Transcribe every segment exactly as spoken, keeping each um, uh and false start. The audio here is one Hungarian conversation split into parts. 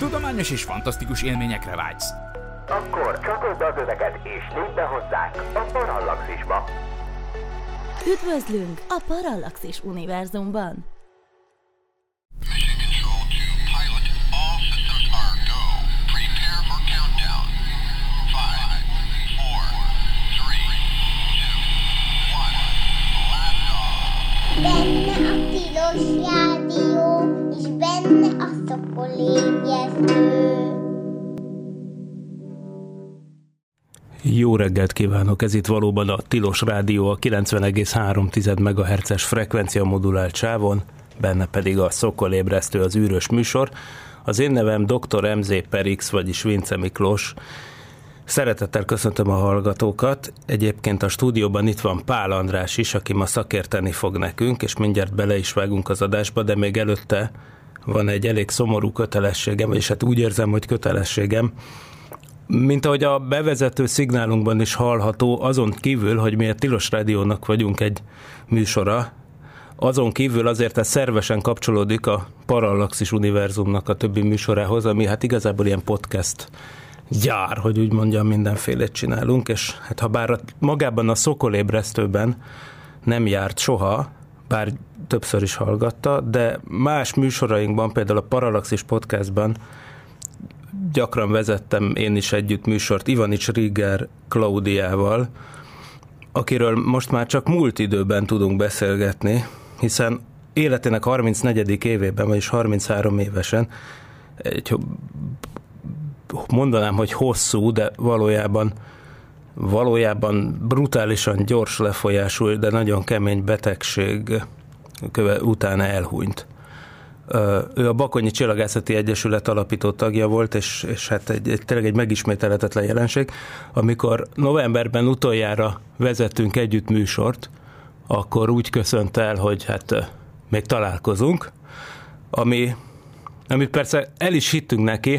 Tudományos és fantasztikus élményekre vágysz? Akkor csatold az öveket és lépj be hozzánk a Parallaxisba! Üdvözlünk a Parallaxis univerzumban! Benne a tilos rádió, és benne a szokolébresztő. Jó reggelt kívánok! Ez itt valóban a Tilos Rádió a kilencven egész három megahertzes frekvencia modulált sávon, benne pedig a Szokolébresztő, az űrös műsor. Az én nevem doktor em zé per X, vagyis Vince Miklós. Szeretettel köszöntöm a hallgatókat. Egyébként a stúdióban itt van Pál András is, aki ma szakérteni fog nekünk, és mindjárt bele is vágunk az adásba, de még előtte van egy elég szomorú kötelességem, és hát úgy érzem, hogy kötelességem. Mint ahogy a bevezető szignálunkban is hallható, azon kívül, hogy mi a Tilos Rádiónak vagyunk egy műsora, azon kívül azért ez szervesen kapcsolódik a Parallaxis univerzumnak a többi műsorához, ami hát igazából ilyen podcast gyár, hogy úgy mondjam, mindenfélét csinálunk, és hát ha bár magában a Szokolébresztőben nem járt soha, bár többször is hallgatta, de más műsorainkban, például a Parallaxis podcastban gyakran vezettem én is együtt műsort Ivanics Rieger Klaudiával, akiről most már csak múlt időben tudunk beszélgetni, hiszen életének harmincnegyedik évében, vagyis harminchárom évesen, egy, mondanám, hogy hosszú, de valójában, valójában brutálisan gyors lefolyású, de nagyon kemény betegség után elhunyt. Ő a Bakonyi Csillagászati Egyesület alapító tagja volt, és, és hát egy, egy, tényleg egy megismételhetetlen jelenség. Amikor novemberben utoljára vezettünk együtt műsort, akkor úgy köszönt el, hogy hát még találkozunk, ami, amit persze el is hittünk neki,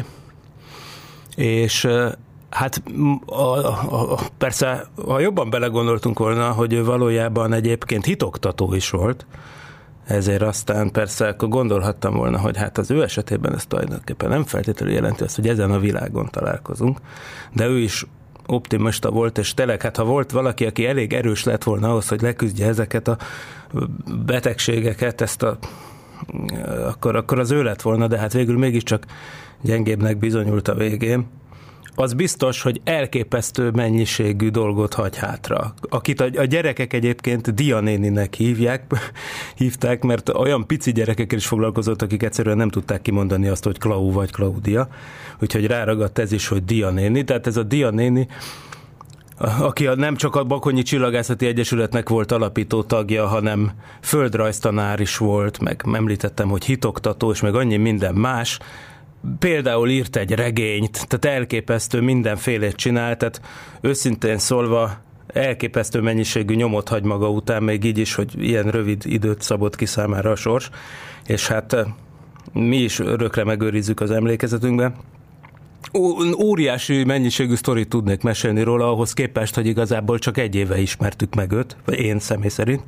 és hát a, a, a, persze, ha jobban belegondoltunk volna, hogy ő valójában egyébként hitoktató is volt, ezért aztán persze akkor gondolhattam volna, hogy hát az ő esetében ez tulajdonképpen nem feltétlenül jelenti azt, hogy ezen a világon találkozunk, de ő is optimista volt, és tényleg, hát ha volt valaki, aki elég erős lett volna ahhoz, hogy leküzdje ezeket a betegségeket, ezt a, akkor, akkor az ő lett volna, de hát végül mégiscsak gyengébbnek bizonyult a végén. Az biztos, hogy elképesztő mennyiségű dolgot hagy hátra. Akit a gyerekek egyébként Dia néninek hívják, hívták, mert olyan pici gyerekekkel is foglalkozott, akik egyszerűen nem tudták kimondani azt, hogy Klau vagy Klaudia. Úgyhogy ráragadt ez is, hogy Dia néni. Tehát ez a Dia néni, aki nem csak a Bakonyi Csillagászati Egyesületnek volt alapító tagja, hanem földrajztanár is volt, meg említettem, hogy hitoktató, és meg annyi minden más. Például írt egy regényt, tehát elképesztő mindenfélét csinál, tehát őszintén szólva elképesztő mennyiségű nyomot hagy maga után, még így is, hogy ilyen rövid időt szabott ki számára a sors, és hát mi is örökre megőrizzük az emlékezetünkben. Óriási mennyiségű sztorit tudnék mesélni róla, ahhoz képest, hogy igazából csak egy éve ismertük meg őt, vagy én személy szerint,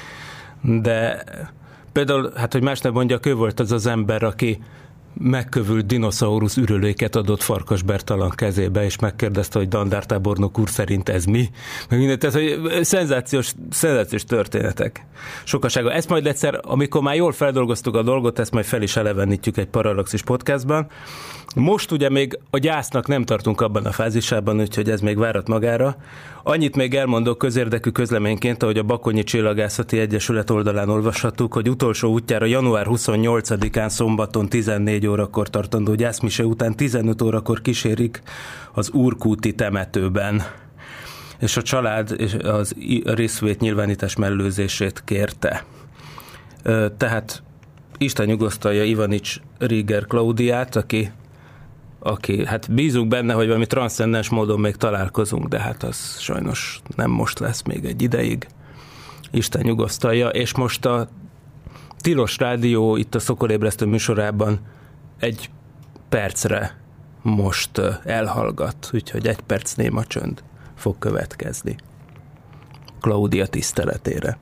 de például, hát hogy más nem mondjak, ő volt az az ember, aki megkövült dinoszaurusz ürüléket adott Farkas Bertalan kezébe, és megkérdezte, hogy dandártábornok úr szerint ez mi? Meg mindent, tehát, hogy szenzációs, szenzációs történetek sokasága. Ezt majd egyszer, amikor már jól feldolgoztuk a dolgot, ezt majd fel is elevenítjük egy Parallaxis podcastban. Most ugye még a gyásznak nem tartunk abban a fázisában, úgyhogy ez még várat magára. Annyit még elmondok közérdekű közleményként, ahogy a Bakonyi Csillagászati Egyesület oldalán olvashattuk, hogy utolsó útjára január huszonnyolcadikán szombaton tizennégy órakor tartandó gyászmise után tizenöt órakor kísérik az Úrkúti temetőben. És a család az részvét nyilvánítás mellőzését kérte. Tehát Isten nyugosztalja Ivanics Rieger Klaudiát, aki aki, hát bízunk benne, hogy valami transzcendens módon még találkozunk, de hát az sajnos nem most lesz, még egy ideig. Isten nyugosztalja, és most a Tilos Rádió itt a Szokolébresztő műsorában egy percre most elhallgat, úgyhogy egy perc néma csönd fog következni Klaudia tiszteletére.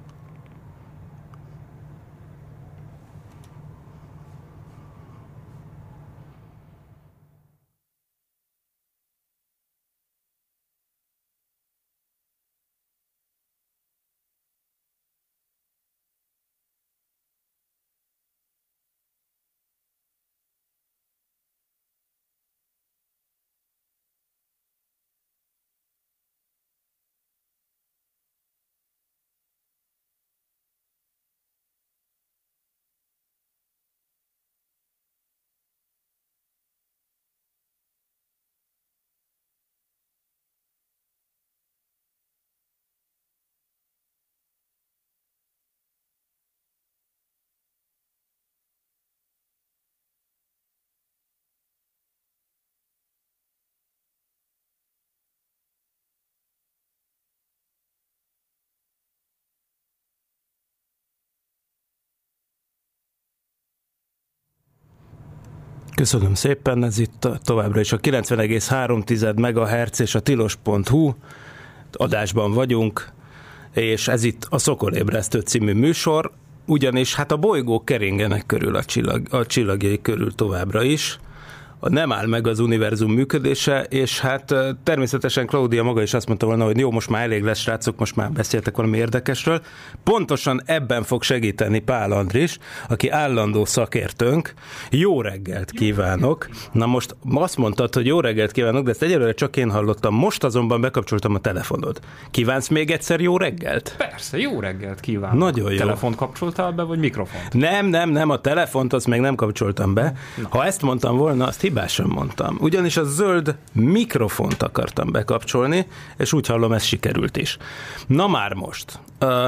Köszönöm szépen, ez itt továbbra is a kilencven egész három megahertz és a tilos pont hu adásban vagyunk, és ez itt a Szokolébresztő című műsor, ugyanis hát a bolygók keringenek körül a, csillag, a csillagjai körül továbbra is. Nem áll meg az univerzum működése, és hát természetesen Claudia maga is azt mondta volna, hogy jó, most már elég lesz, srácok, most már beszéltek valami érdekesről. Pontosan ebben fog segíteni Pál Andris, aki állandó szakértőnk. Jó reggelt kívánok! Na most azt mondtad, hogy jó reggelt kívánok, de ezt egyelőre csak én hallottam. Most azonban bekapcsoltam a telefonod. Kívánsz még egyszer jó reggelt? Persze, jó reggelt kívánok. Nagyon jó. Telefont kapcsoltál be, vagy mikrofont? Nem, nem, nem, a telefont azt még nem kapcsoltam be. Na. Ha ezt mondtam volna, azt hibásan mondtam. Ugyanis a zöld mikrofont akartam bekapcsolni, és úgy hallom, ez sikerült is. Na már most. Uh,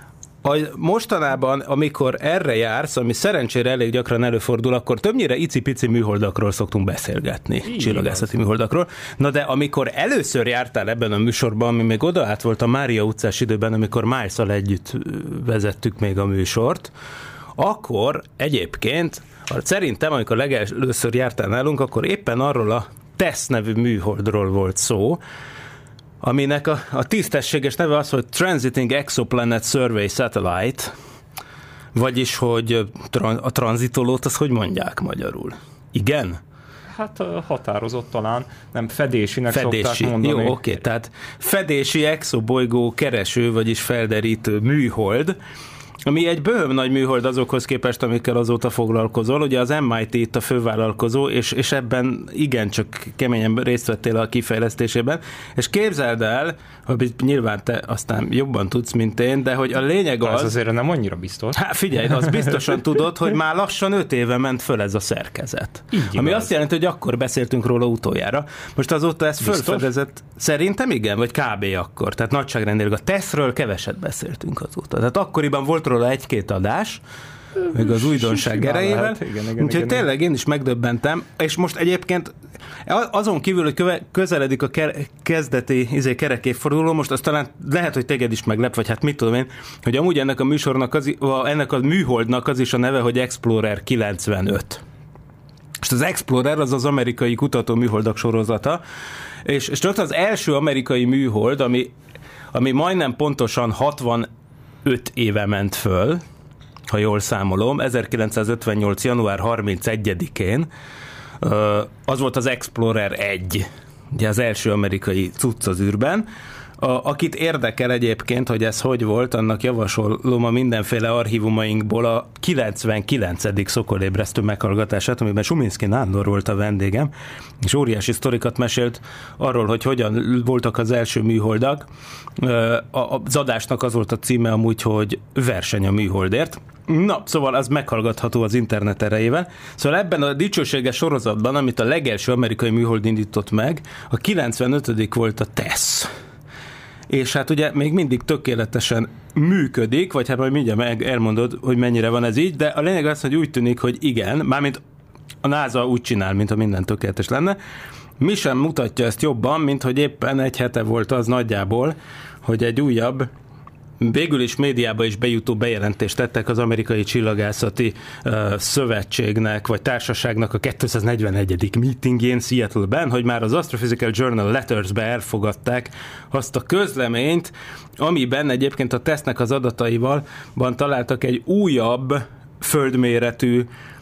a mostanában, amikor erre jársz, ami szerencsére elég gyakran előfordul, akkor többnyire icipici műholdakról szoktunk beszélgetni, csillagászati műholdakról. Na de amikor először jártál ebben a műsorban, ami még oda át volt a Mária utcás időben, amikor Miles-szal együtt vezettük még a műsort, akkor egyébként szerintem, amikor legelőször jártál nálunk, akkor éppen arról a TESS nevű műholdról volt szó, aminek a, a tisztességes neve az, hogy Transiting Exoplanet Survey Satellite, vagyis, hogy a tranzitolót, az hogy mondják magyarul? Igen? Hát határozott talán, nem fedésinek fedési. Szokták mondani. Jó, oké, tehát fedési exobolygó kereső, vagyis felderítő műhold, ami egy bőhöm nagy műhold azokhoz képest, amikkel azóta foglalkozol. Ugye az em i té itt a fővállalkozó, és, és ebben igencsak keményen részt vettél a kifejlesztésében. És képzeld el, hogy nyilván te aztán jobban tudsz, mint én, de hogy a lényeg az... Ez azért nem annyira biztos. Hát figyelj, azt biztosan tudod, hogy már lassan öt éve ment föl ez a szerkezet. Így ami igaz. Azt jelenti, hogy akkor beszéltünk róla utoljára. Most azóta ez fölfedezett. Szerintem igen, vagy kb. Akkor. Tehát nagyságrendileg a TESZ-ről keveset beszéltünk azóta. Tehát akkoriban volt róla egy-két adás, még az újdonság erejével. Úgyhogy tényleg én is megdöbbentem, és most egyébként azon kívül, hogy köve, közeledik a ke- kezdeti izé, kerekévforduló, most azt talán lehet, hogy téged is meglep, vagy hát mit tudom én, hogy amúgy ennek a műsornak, az, ennek a műholdnak az is a neve, hogy Explorer kilencvenöt. És az Explorer az az amerikai kutató műholdak sorozata, és, és rögtön az első amerikai műhold, ami, ami majdnem pontosan hatvanöt éve ment föl, ha jól számolom, ezerkilencszázötvennyolc. január harmincegyedikén, az volt az Explorer egy, ugye az első amerikai cucc az űrben. A, akit érdekel egyébként, hogy ez hogy volt, annak javasolom a mindenféle archívumainkból a kilencvenkilencedik Szokolébresztő meghallgatását, amiben Suminski Nándor volt a vendégem, és óriási sztorikat mesélt arról, hogy hogyan voltak az első műholdak. Az adásnak az volt a címe amúgy, hogy Verseny a műholdért. Na, szóval az meghallgatható az internet erejével. Szóval ebben a dicsőséges sorozatban, amit a legelső amerikai műhold indított meg, a kilencvenötödik volt a TESS. És hát ugye még mindig tökéletesen működik, vagy hát majd mindjárt meg elmondod, hogy mennyire van ez így, de a lényeg az, hogy úgy tűnik, hogy igen, mármint a NASA úgy csinál, mintha minden tökéletes lenne. Mi sem mutatja ezt jobban, mint hogy éppen egy hete volt az nagyjából, hogy egy újabb, végül is médiába is bejutó bejelentést tettek az amerikai csillagászati uh, szövetségnek, vagy társaságnak a kétszáznegyvenegyedik meetingjén Seattle-ben, hogy már az Astrophysical Journal Letters-be elfogadták azt a közleményt, amiben egyébként a tesznek az adataival találtak egy újabb földméretű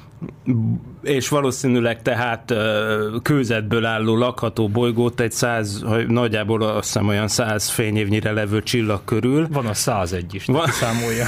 és valószínűleg tehát kőzetből álló lakható bolygót egy száz, nagyjából azt hiszem olyan száz fényévnyire levő csillag körül. Van a százegy is, Van... számolja.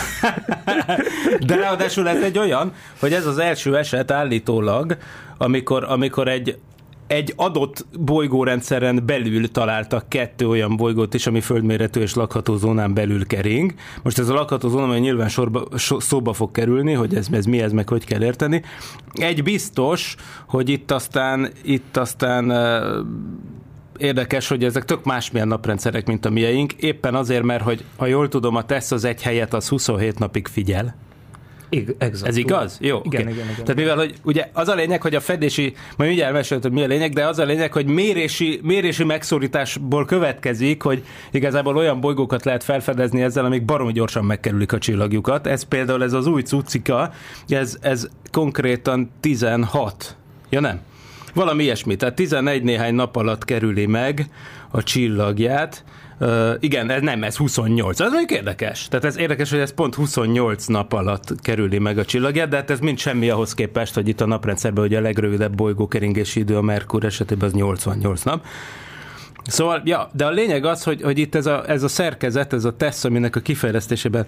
De ráadásul ez egy olyan, hogy ez az első eset állítólag, amikor, amikor egy egy adott bolygórendszeren belül találtak kettő olyan bolygót is, ami földméretű és lakható zónán belül kering. Most ez a lakható zóna, amely nyilván sorba, so, szóba fog kerülni, hogy ez, ez mi, ez meg hogy kell érteni. Egy biztos, hogy itt aztán, itt aztán uh, érdekes, hogy ezek tök másmilyen naprendszerek, mint a mieink. Éppen azért, mert, hogy ha jól tudom, a TESS az egy helyet az huszonhét napig figyel. Exakt, ez igaz? Jó, igen, okay. igen, igen. Tehát mivel, hogy ugye az a lényeg, hogy a fedési, majd mindjárt elmeséled, hogy mi a lényeg, de az a lényeg, hogy mérési, mérési megszorításból következik, hogy igazából olyan bolygókat lehet felfedezni ezzel, amik baromi gyorsan megkerülik a csillagjukat. Ez például ez az új cuccika, ez, ez konkrétan tizenhat Ja nem. Valami ilyesmi, tehát tizenegy néhány nap alatt kerüli meg a csillagját. Uh, igen, ez nem, ez huszonnyolc. Ez mondjuk érdekes. Tehát ez érdekes, hogy ez pont huszonnyolc nap alatt kerüli meg a csillagját, de hát ez mind semmi ahhoz képest, hogy itt a naprendszerben ugye a legrövidebb bolygókeringési idő a Merkur esetében az nyolcvannyolc nap. Szóval, ja, de a lényeg az, hogy, hogy itt ez a, ez a szerkezet, ez a TESS, aminek a kifejlesztésében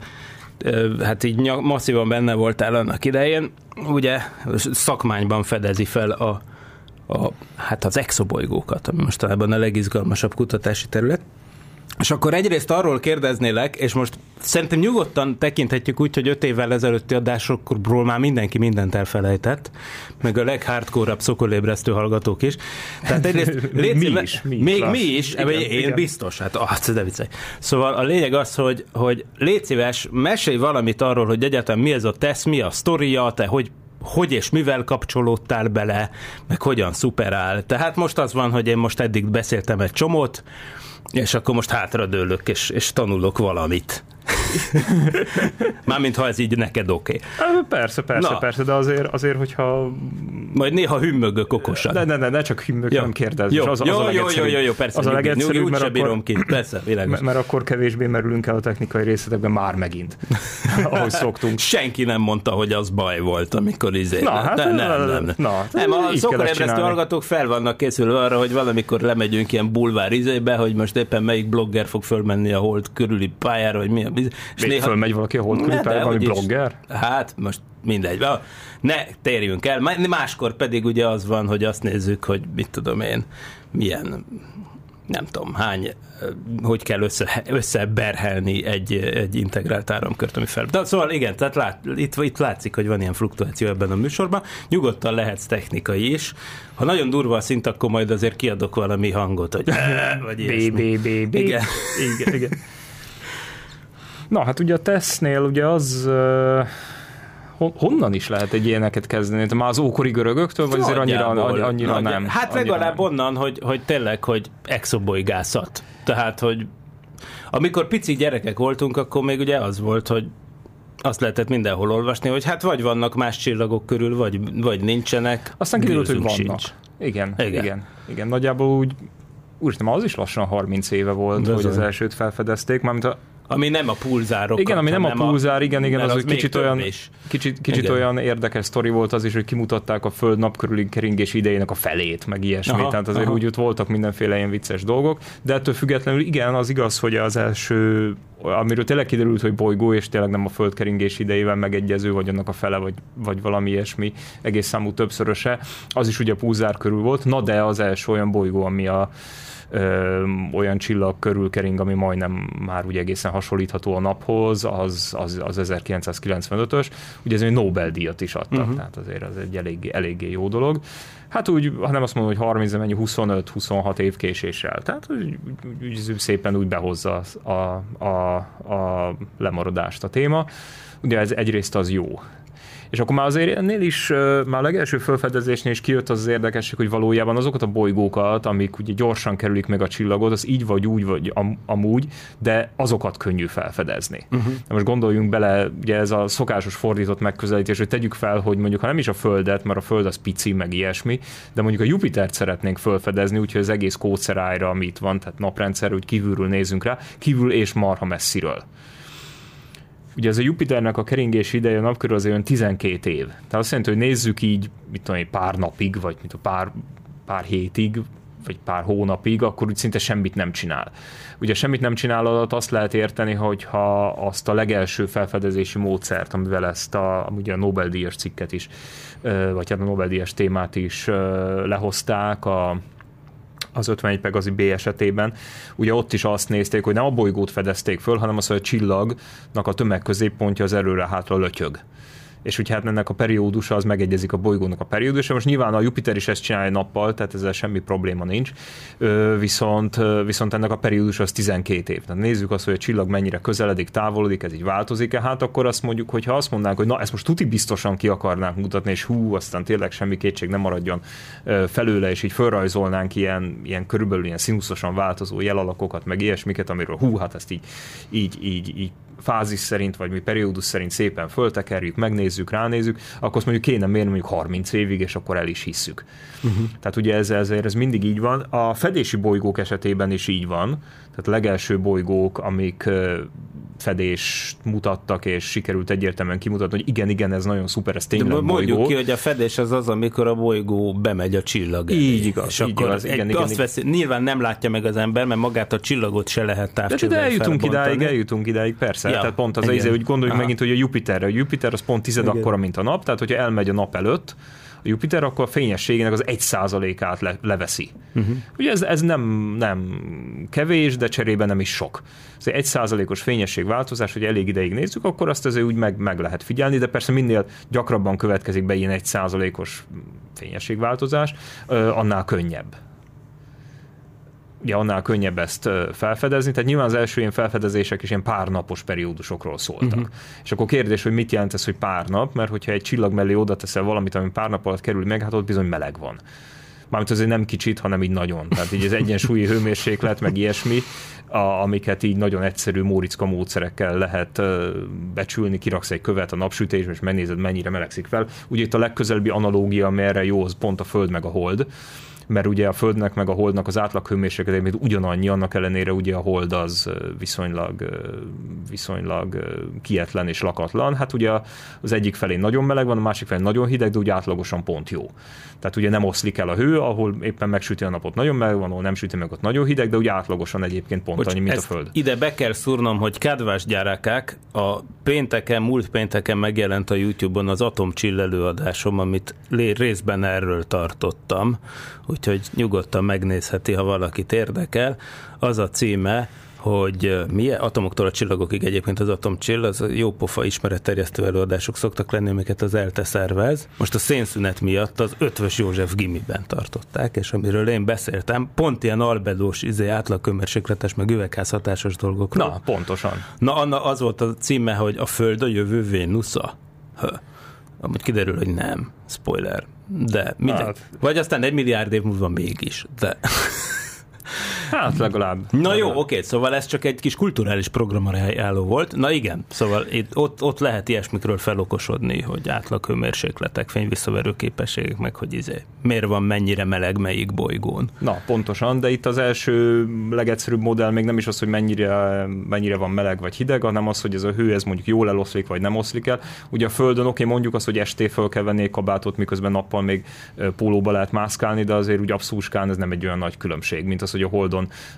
hát így masszívan benne voltál annak idején, ugye szakmányban fedezi fel a, a, hát az exobolygókat, ami mostanában a legizgalmasabb kutatási terület. És akkor egyrészt arról kérdeznélek, és most szerintem nyugodtan tekinthetjük úgy, hogy öt évvel ezelőtti adásokról már mindenki mindent elfelejtett, meg a leghardcore-abb szokolébresztő hallgatók is. Tehát egyrészt légy, mi is, mi is, még lass. mi is, igen, én igen. Biztos, hát ah, de viccelj. Szóval a lényeg az, hogy, hogy légy szíves, mesélj valamit arról, hogy egyáltalán mi ez a TESS, mi a sztoria, te hogy hogy és mivel kapcsolódtál bele, meg hogyan szuperál. Tehát most az van, hogy én most eddig beszéltem egy csomót, és akkor most hátradőlök, és, és tanulok valamit. Mármint, ha ez így neked oké. Okay. Persze, persze, Na. persze, de azért, azért, hogyha... Majd néha hümmögök okosan. Ne, ne, ne, ne csak hümmög, nem kérdez. Jó, az, jó, az a jó, jó, jó, jó, persze. Az a legegyszerűbb, mert akkor, ki. Persze, mert, mert akkor kevésbé merülünk el a technikai részletekben már megint, ahogy szoktunk. Senki nem mondta, hogy az baj volt, amikor izé. Na, hát, nem, nem, nem. Na, nem a szokorébresztő hallgatók fel vannak készülve arra, hogy valamikor lemegyünk ilyen bulvár izébe, hogy most éppen melyik blogger fog fölmenni a hold körüli pályára, vagy mi a... És néha... fölmegy valaki a hold körüli pályára, valami blogger? Hát, most mindegy. Ne térjünk el. Máskor pedig ugye az van, hogy azt nézzük, hogy mit tudom én, milyen, nem tudom, hány, hogy kell össze, összeberhelni egy, egy integrált áramkört, ami fel. De szóval igen, tehát lát, itt, itt látszik, hogy van ilyen fluktuáció ebben a műsorban. Nyugodtan lehetsz technikai is. Ha nagyon durva a szint, akkor majd azért kiadok valami hangot, hogy vagy ilyesmi. B, B, B, B. Igen. igen, igen. Na, hát ugye a TESS-nél ugye az... Uh... honnan is lehet egy ilyeneket kezdeni? Már az ókori görögöktől, vagy azért annyira, annyira nem? Hát annyira legalább nem. onnan, hogy, hogy tényleg, hogy exobolygászat. Tehát, hogy amikor pici gyerekek voltunk, akkor még ugye az volt, hogy azt lehetett mindenhol olvasni, hogy hát vagy vannak más csillagok körül, vagy, vagy nincsenek. Aztán kiderült, hogy vannak. Igen, igen, igen, igen. Nagyjából úgy, úristen, az is lassan harminc éve volt, de hogy az elsőt felfedezték, mármint a ami nem a pulzárok. Igen, ami nem a pulzár, igen, igen, az, az kicsit olyan, is. kicsit, kicsit olyan érdekes sztori volt az is, hogy kimutatták a Föld nap körüli keringés idejének a felét, meg ilyesmi, aha, tehát azért aha. úgy ott voltak mindenféle ilyen vicces dolgok, de ettől függetlenül igen, az igaz, hogy az első, amiről tényleg kiderült, hogy bolygó, és tényleg nem a Föld keringés idejével megegyező, vagy annak a fele, vagy, vagy valami ilyesmi egész számú többszöröse, az is ugye a pulzár körül volt, na de az első olyan bolygó, ami a Ö, olyan csillag körül kering, ami majdnem már úgy egészen hasonlítható a naphoz, az, az, az ezerkilencszázkilencvenötös. Ugye ez egy Nobel-díjat is adtak, uh-huh. tehát azért az egy eléggé, eléggé jó dolog. Hát úgy, ha nem azt mondom, hogy harminc, de mennyi huszonöt-huszonhat év késéssel. Tehát úgy, úgy, úgy szépen úgy behozza a, a, a lemaradást a téma. Ugye ez egyrészt az jó. És akkor már azért ennél is, már a legelső felfedezésnél is kijött az az érdekesség, hogy valójában azokat a bolygókat, amik ugye gyorsan kerülik meg a csillagot, az így vagy úgy, vagy am, amúgy, de azokat könnyű felfedezni. Uh-huh. Most gondoljunk bele, ugye ez a szokásos fordított megközelítés, hogy tegyük fel, hogy mondjuk ha nem is a Földet, mert a Föld az pici, meg ilyesmi, de mondjuk a Jupitert szeretnénk felfedezni, úgyhogy az egész kódszerájra, ami itt van, tehát naprendszer, hogy kívülről nézzünk rá, kívül és marha messziről. Ugye ez a Jupiternek a keringési ideje a nap körül azért olyan tizenkét év. Tehát azt jelenti, hogy nézzük így, mit tudom, pár napig, vagy mit tudom, pár, pár hétig, vagy pár hónapig, akkor úgy szinte semmit nem csinál. Ugye semmit nem csinál alatt azt lehet érteni, hogyha azt a legelső felfedezési módszert, amivel ezt a, ugye a Nobel-díjas cikket is, vagy hát a Nobel-díjas témát is lehozták, a az ötvenegy Pegasi B esetében, ugye ott is azt nézték, hogy nem a bolygót fedezték föl, hanem az, hogy a csillagnak a tömegközéppontja az előre-hátra lötyög. És ugye hát ennek a periódusa az megegyezik a bolygónak a periódusa. Most nyilván a Jupiter is ezt csinálja nappal, tehát ezzel semmi probléma nincs, viszont, viszont ennek a periódusa az tizenkét év. Tehát nézzük azt, hogy a csillag mennyire közeledik, távolodik, ez így változik-e, hát akkor azt mondjuk, hogy ha azt mondanánk, hogy na ezt most tuti biztosan ki akarnánk mutatni, és hú, aztán tényleg semmi kétség nem maradjon felőle, és így felrajzolnánk ilyen, ilyen körülbelül ilyen színuszosan változó jelalakokat, meg ilyesmiket, amiről hú, hát ezt így, így, így, így fázis szerint, vagy mi periódus szerint szépen föltekerjük, megnézzük, ránézzük, akkor azt mondjuk kéne mérni mondjuk harminc évig, és akkor el is hisszük. Uh-huh. Tehát ugye ez, ezért ez mindig így van. A fedési bolygók esetében is így van. Tehát a legelső bolygók, amik fedést mutattak, és sikerült egyértelműen kimutatni, hogy igen, igen, ez nagyon szuper, ez tényleg bolygó. Mondjuk ki, hogy a fedés az az, amikor a bolygó bemegy a csillag elé. Így igaz, és így akkor igaz. Igen, egy, igen, azt igen. Veszi, nyilván nem látja meg az ember, mert magát a csillagot se lehet távcsővel de, de eljutunk felbontani. idáig, eljutunk idáig, persze. Ja, tehát pont az igen. izé, hogy gondoljuk Aha. megint, hogy a Jupiterre. A Jupiter az pont tized akkora, mint a nap, tehát hogyha elmegy a nap előtt, a Jupiter, akkor a fényességének az egy százalékát le, leveszi. Uh-huh. Ugye ez, ez nem, nem kevés, de cserében nem is sok. Ez egy százalékos fényességváltozás, hogy elég ideig nézzük, akkor azt azért úgy meg, meg lehet figyelni, de persze minél gyakrabban következik be ilyen egy százalékos fényességváltozás, annál könnyebb. Ugye annál könnyebb ezt felfedezni, tehát nyilván az első ilyen felfedezések is ilyen párnapos periódusokról szóltak. Uh-huh. És akkor kérdés, hogy mit jelent ez, hogy pár nap, mert hogyha egy csillag mellé oda teszel valamit, ami pár nap alatt kerül meg, hát ott bizony meleg van. Mármint azért nem kicsit, hanem így nagyon. Tehát így az egyensúlyi hőmérséklet, meg ilyesmi, a, amiket így nagyon egyszerű Móriczka módszerekkel lehet becsülni, kiraksz egy követ a napsütésbe, és megnézed, mennyire melegszik fel. Ugye itt a legközelebbi analógia, ami erre jó, az pont a Föld meg a Hold, mert ugye a Földnek meg a Holdnak az átlag hőmérséklet ugyanannyi, annak ellenére ugye a Hold az viszonylag, viszonylag kietlen és lakatlan. Hát ugye az egyik felén nagyon meleg van, a másik felén nagyon hideg, de ugye átlagosan pont jó. Tehát ugye nem oszlik el a hő, ahol éppen megsüti a napot nagyon meleg van, ahol nem süti meg ott nagyon hideg, de ugye átlagosan egyébként pont annyi, mint a Föld. Ide be kell szúrnom, hogy kedves gyerekek, a pénteken, múlt pénteken megjelent a YouTube-on az atomcsill előadásom, amit részben erről tartottam, úgyhogy nyugodtan megnézheti, ha valakit érdekel. Az a címe, hogy milyen atomoktól a csillagokig egyébként az atomcsill, az jópofa ismeretterjesztő előadások szoktak lenni, amiket az ELTE szervez. Most a szénszünet miatt az Ötvös József gimiben tartották, és amiről én beszéltem, pont ilyen albedós, izé, átlagkömérsékletes, meg üvegházhatásos dolgokról. Na, pontosan. Na, Anna, az volt a címe, hogy a Föld a jövő Vénusza. Hö. Amúgy kiderül, hogy nem. Spoiler. De minden. Hát. Vagy aztán egy milliárd év múlva mégis. De... Hát legalább. Na legalább. jó, oké, szóval ez csak egy kis kulturális programajánló volt. Na igen, szóval itt, ott, ott lehet ilyesmikről felokosodni, hogy átlag hőmérsékletek, fényvisszaverő képességek, meg hogy izé, miért van mennyire meleg melyik bolygón. Na, pontosan, de itt az első legegyszerűbb modell még nem is az, hogy mennyire, mennyire van meleg vagy hideg, hanem az, hogy ez a hő ez mondjuk jól eloszlik, vagy nem oszlik el. Ugye a Földön oké, mondjuk azt, hogy esté föl kell venni egy kabátot, miközben nappal még pólóba lehet mászkálni, de azért úgy abszolúskán ez nem egy olyan nagy különbség, mint az, hogy a Holdon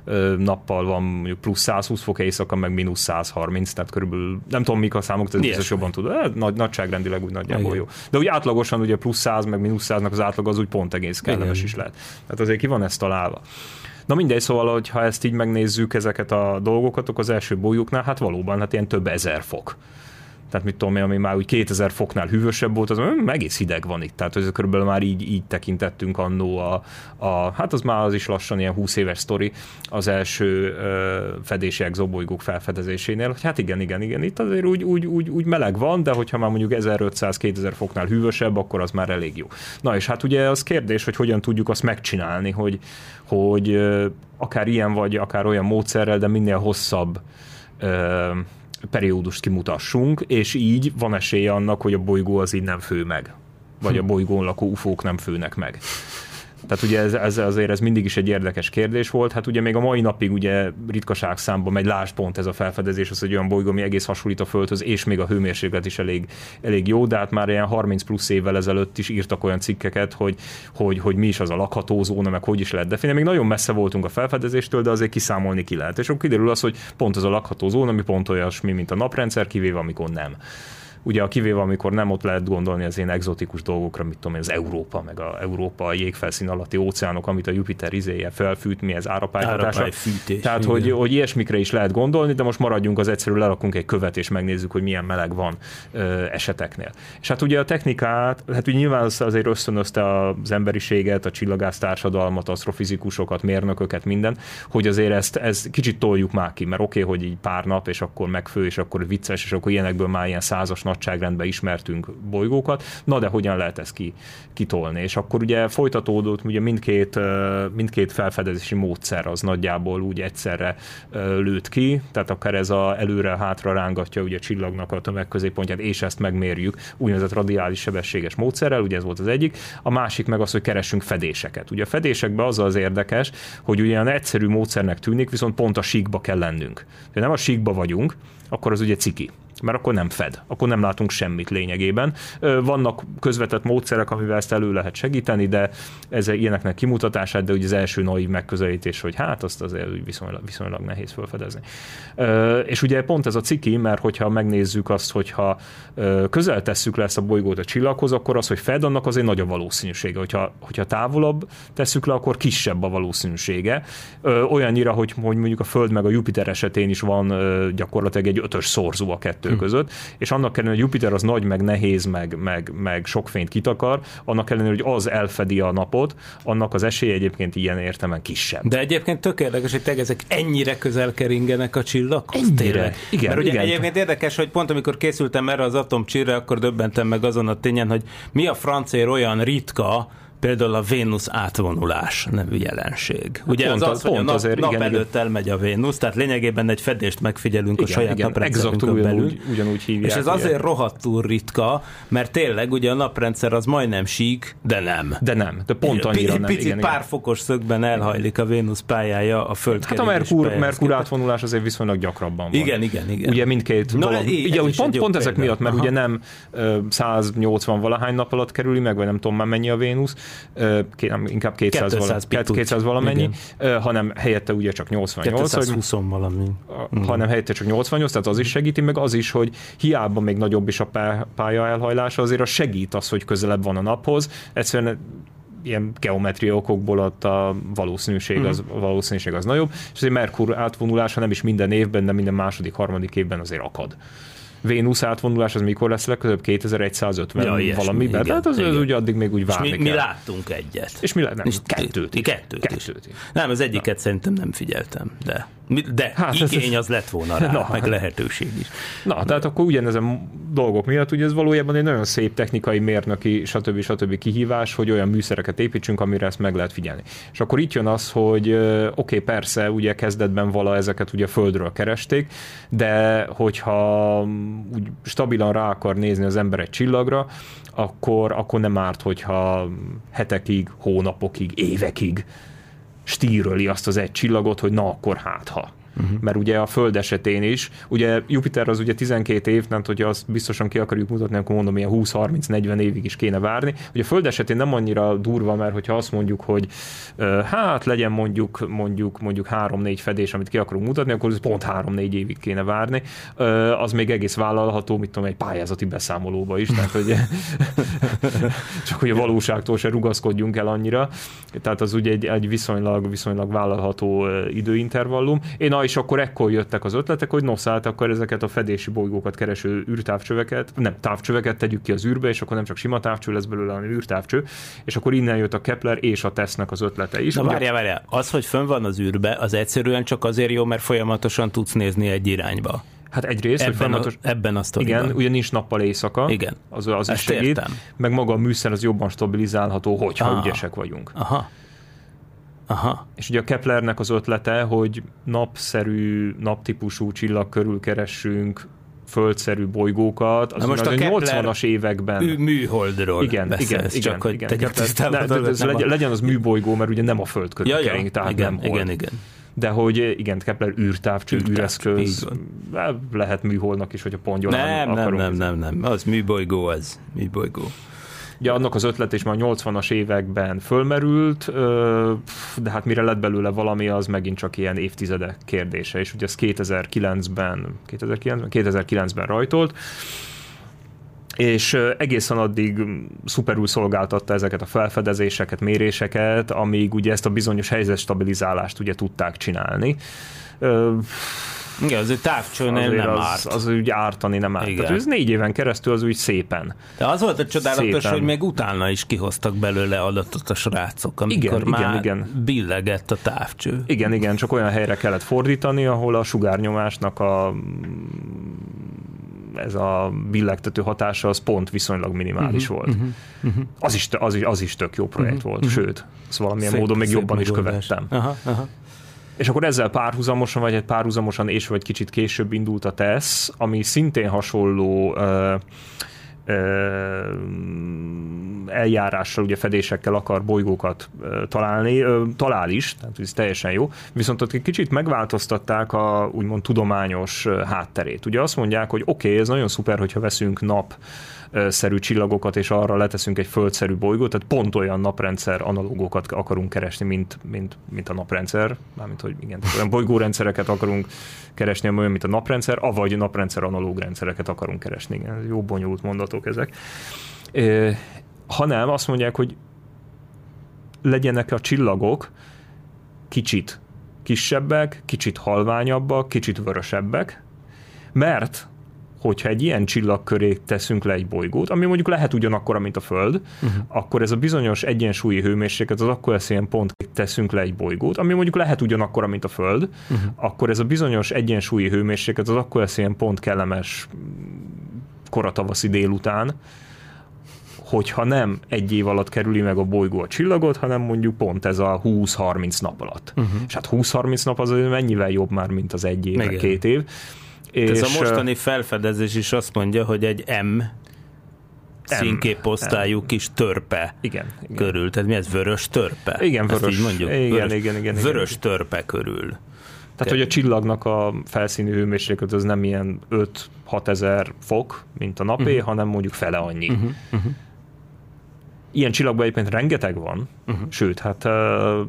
nappal van mondjuk plusz száz húsz fok, éjszaka meg mínusz száz harminc, tehát körülbelül nem tudom mik a számok, tehát biztos jobban tudod, nagy, nagyságrendileg úgy nagyjából jó. De úgy átlagosan ugye plusz száz meg mínusz száznak az átlag az úgy pont egész kellemes Igen. is lehet. Tehát azért ki van ez találva. Na mindegy, szóval, hogy ha ezt így megnézzük ezeket a dolgokat, akkor az első bolygóknál, hát valóban hát ilyen több ezer fok. Tehát mit tudom én, ami már úgy kétezer foknál hűvösebb volt, az hm, egész hideg van itt. Tehát ez körülbelül már így, így tekintettünk annó a, a, hát az már az is lassan ilyen húsz éves sztori az első ö, fedési exobolygók felfedezésénél, hogy hát igen, igen, igen, itt azért úgy, úgy, úgy, úgy meleg van, de hogyha már mondjuk ezerötszáz-kétezer foknál hűvösebb, akkor az már elég jó. Na és hát ugye az kérdés, hogy hogyan tudjuk azt megcsinálni, hogy, hogy ö, akár ilyen vagy akár olyan módszerrel, de minél hosszabb ö, periódust kimutassunk, és így van esélye annak, hogy a bolygó az így nem fő meg. Vagy a bolygón lakó ufók nem főnek meg. Tehát ugye ez, ez azért ez mindig is egy érdekes kérdés volt. Hát ugye még a mai napig ugye ritkaság számban megy, lásd pont ez a felfedezés, az egy olyan bolygó, ami egész hasonlít a Földhöz, és még a hőmérséklet is elég, elég jó, de hát már ilyen harminc plusz évvel ezelőtt is írtak olyan cikkeket, hogy, hogy, hogy mi is az a lakható zóna, meg hogy is lehet definiálni. Még nagyon messze voltunk a felfedezéstől, de azért kiszámolni ki lehet. És akkor kiderül az, hogy pont az a lakható zóna, ami pont olyasmi, mint a naprendszer, kivéve amikor nem. Ugye a kivéve, amikor nem, ott lehet gondolni az ilyen egzotikus dolgokra, mit tudom én, az Európa, meg a Európa a jégfelszín alatti óceánok, amit a Jupiter izéje felfűt, mi ez árapályhatása. Tehát, hogy, hogy ilyesmikre is lehet gondolni, de most maradjunk az egyszerű, lerakunk egy követ, és megnézzük, hogy milyen meleg van ö, eseteknél. És hát ugye a technikát, hát ugye nyilván az azért ösztönözte az emberiséget, a csillagász társadalmat, asztrofizikusokat, mérnököket, minden, hogy azért ezt, ezt kicsit toljuk már ki, mert oké, okay, hogy így pár nap, és akkor megfő, és akkor vicces, és akkor ilyenekből már ilyen százas nagyságrendben ismertünk bolygókat, na de hogyan lehet ezt ki, kitolni? És akkor ugye folytatódott, ugye mindkét, mindkét felfedezési módszer az nagyjából úgy egyszerre lőtt ki, tehát akár ez a előre-hátra rángatja ugye a csillagnak a tömegközéppontját, és ezt megmérjük úgynevezett radiális sebességes módszerrel, ugye ez volt az egyik, a másik meg az, hogy keressünk fedéseket. Ugye a fedésekben az az érdekes, hogy ugyan egyszerű módszernek tűnik, viszont pont a síkba kell lennünk. Ha nem a síkba vagyunk, akkor az ugye ciki, mert akkor nem fed, akkor nem látunk semmit lényegében. Vannak közvetett módszerek, amivel ezt elő lehet segíteni, de ez ilyeneknek kimutatását, de ugye az első naív megközelítés, hogy hát azt azért viszonylag, viszonylag nehéz felfedezni. És ugye pont ez a ciki, mert hogyha megnézzük azt, hogyha közel tesszük le ezt a bolygót a csillaghoz, akkor az, hogy fed, annak azért nagy a valószínűsége. Hogyha, hogyha távolabb tesszük le, akkor kisebb a valószínűsége. Olyannyira, hogy, hogy mondjuk a Föld meg a Jupiter esetén is van gyakorlatilag egy ötös szorzó a kettő hmm. között, és annak ellenére, hogy Jupiter az nagy, meg nehéz, meg, meg, meg sok fényt kitakar, annak ellenére, hogy az elfedi a napot, annak az esélye egyébként ilyen értelemben kisebb. De egyébként tök érdekes, hogy ezek ennyire közel keringenek a csillaghoz. Ennyire. Igen, mert ugye igen. egyébként érdekes, hogy pont amikor készültem erre az atomcsillagre, akkor döbbentem meg azon a tényen, hogy mi a francér olyan ritka, például a Vénusz átvonulás nevű jelenség. Ugye pont az, az, hogy a nap, azért, nap igen, előtt igen. elmegy a Vénusz, tehát lényegében egy fedést megfigyelünk igen, a saját igen, naprendszerünkön belül. Ugyanúgy, ugyanúgy hívják. És ez ugye. Azért rohadtul ritka, mert tényleg ugye a naprendszer az majdnem sík, de nem. De nem, de pont annyira nem. Picit igen, pár igen. fokos szögben elhajlik a Vénusz pályája a Föld Hát a Merkur, Merkur átvonulás azért viszonylag gyakrabban van. Igen, igen, igen. Ugye mindkét no, dolog. Így, ugye, pont, pont ezek miatt, mert Aha. ugye nem száznyolcvan valahány nap alatt kerüli meg, vagy nem tudom már mennyi a Vénusz, inkább kétszáz, kétszáz, vala, kétszáz valamennyi, igen. hanem helyette ugye csak nyolcvannyolc. kétszázhúsz valami. Hanem helyette csak nyolcvannyolc, tehát az is segíti, meg az is, hogy hiába még nagyobb is a pálya elhajlása, azért az segít az, hogy közelebb van a naphoz. Egyszerűen ilyen geometria okokból ott a valószínűség az, a valószínűség az nagyobb, és azért Merkur átvonulása nem is minden évben, de minden második, harmadik évben azért akad. Vénusz átvonulás az mikor lesz legközelebb? kétezer-százötven ja, valamiben? Tehát az, az ugye addig még úgy várni mi, kell. mi láttunk egyet. És mi nem, és kettőt is. Kettőt, kettőt is. is. Nem, az egyiket Na. szerintem nem figyeltem, de, de hát igény az lett volna rá, Na. meg lehetőség is. Na, de. Tehát akkor ugyanezen dolgok miatt, ugye ez valójában egy nagyon szép technikai, mérnöki, stb. stb. Kihívás, hogy olyan műszereket építsünk, amire ezt meg lehet figyelni. És akkor itt jön az, hogy oké, okay, persze, ugye kezdetben vala ezeket ugye Földről keresték, de hogyha úgy stabilan rá akar nézni az ember egy csillagra, akkor, akkor nem árt, hogyha hetekig, hónapokig, évekig stíröli azt az egy csillagot, hogy na akkor hát ha. Uh-huh. Mert ugye a Föld esetén is, ugye Jupiter az ugye tizenkét év, nem hogy azt biztosan ki akarjuk mutatni, akkor mondom, ilyen húsz-harminc-negyven évig is kéne várni. Ugye a Föld esetén nem annyira durva, mert hogyha azt mondjuk, hogy hát legyen mondjuk mondjuk mondjuk három-négy fedés, amit ki akarunk mutatni, akkor pont három-négy évig kéne várni. Az még egész vállalható, mit tudom, egy pályázati beszámolóba is, tehát hogy csak hogy a valóságtól se rugaszkodjunk el annyira. Tehát az ugye egy, egy viszonylag, viszonylag vállalható időintervallum. Én és akkor ekkor jöttek az ötletek, hogy nos, hát akkor ezeket a fedési bolygókat kereső űrtávcsöveket, nem távcsöveket tegyük ki az űrbe, és akkor nem csak sima távcső lesz belőle, hanem űrtávcső, és akkor innen jött a Kepler és a TESZ-nek az ötlete is. Na várjál, várjál, az, hogy fönn van az űrbe, az egyszerűen csak azért jó, mert folyamatosan tudsz nézni egy irányba. Hát egyrészt, ebben, hogy folyamatos... a, ebben a sztoriban. Igen, ugye nincs nappal éjszaka. Igen. Az, az is segít. Értem. Meg maga a műszer az jobban stabilizálható, hogyha Aha. ügyesek vagyunk. Aha. Aha. És ugye a Keplernek az ötlete, hogy napszerű, naptípusú csillag körül keressünk földszerű bolygókat, az most a nyolcvanas években. Műholdról igen, beszélsz, igen, csak igen, hogy igen, tegyük tisztában. De, de, de, legyen, legyen az műbolygó, mert ugye nem a föld körül ja, kering, tehát igen, nem hold. Igen, igen. De hogy igen, Kepler űrtávcső, űreszköz, lehet műholdnak is, hogy a pongyolán nem, akarunk. Nem, nem, nem, nem, az műbolygó, az műbolygó. Ugye annak az ötlet is már a nyolcvanas években fölmerült, de hát mire lett belőle valami, az megint csak ilyen évtizedek kérdése, és ugye ez kétezer-kilencben, kétezer-kilencben, kétezer-kilencben rajtolt, és egészen addig szuperül szolgáltatta ezeket a felfedezéseket, méréseket, amíg ugye ezt a bizonyos helyzetstabilizálást ugye tudták csinálni. Igen, az egy távcsőnél nem az, árt. Az úgy ártani nem árt. Tehát ez négy éven keresztül az úgy szépen. De az volt a csodálatos, szépen. Hogy még utána is kihoztak belőle adatot a srácok, amikor igen, már igen, igen. billegett a távcső. Igen, igen, csak olyan helyre kellett fordítani, ahol a sugárnyomásnak a ez a billegtető hatása az pont viszonylag minimális uh-huh, volt. Uh-huh, uh-huh. Az, is, az, is, az is tök jó projekt uh-huh, volt, uh-huh. sőt, ezt valamilyen szép, módon még jobban megoldás. Is követtem. Aha, aha. És akkor ezzel párhuzamosan, vagy egy párhuzamosan és vagy kicsit később indult a TESZ, ami szintén hasonló uh, eljárással, ugye fedésekkel akar bolygókat találni, talál is, tehát ez teljesen jó, viszont ott egy kicsit megváltoztatták a úgymond tudományos hátterét. Ugye azt mondják, hogy oké, okay, ez nagyon szuper, hogyha veszünk napszerű csillagokat, és arra leteszünk egy földszerű bolygót, tehát pont olyan naprendszer analógokat akarunk keresni, mint, mint, mint a naprendszer, mármint, hogy igen, olyan bolygórendszereket akarunk keresni, olyan, mint a naprendszer, avagy naprendszer analóg rendszereket akarunk keresni. Igen, jó bonyolult mondatok ezek. E, hanem azt mondják, hogy legyenek a csillagok kicsit kisebbek, kicsit halványabbak, kicsit vörösebbek, mert hogyha egy ilyen csillag köré teszünk le egy bolygót, ami mondjuk lehet ugyanakkora, mint a Föld, uh-huh. akkor ez a bizonyos egyensúlyi hőmérséklet, az akkor lesz ilyen pont, teszünk le egy bolygót, ami mondjuk lehet ugyanakkora, mint a Föld, uh-huh. akkor ez a bizonyos egyensúlyi hőmérséklet, az akkor lesz ilyen pont kellemes koratavaszi délután, hogyha nem egy év alatt kerüli meg a bolygó a csillagot, hanem mondjuk pont ez a húsz-harminc nap alatt. Uh-huh. És hát húsz-harminc nap az mennyivel jobb már, mint az egy év, meg két év. És ez a mostani felfedezés is azt mondja, hogy egy M színképosztályú kis törpe igen, igen. körül. Tehát mi ez? Vörös törpe? Igen, vörös. Ezt így mondjuk? Igen, vörös, igen, igen, vörös igen. törpe körül. Tehát, Te... hogy a csillagnak a felszíni hőmérséklet az nem ilyen öt-hat ezer fok, mint a napé, uh-huh. hanem mondjuk fele annyi. Uh-huh. Uh-huh. Ilyen csillagban egyébként rengeteg van, uh-huh. sőt, hát uh,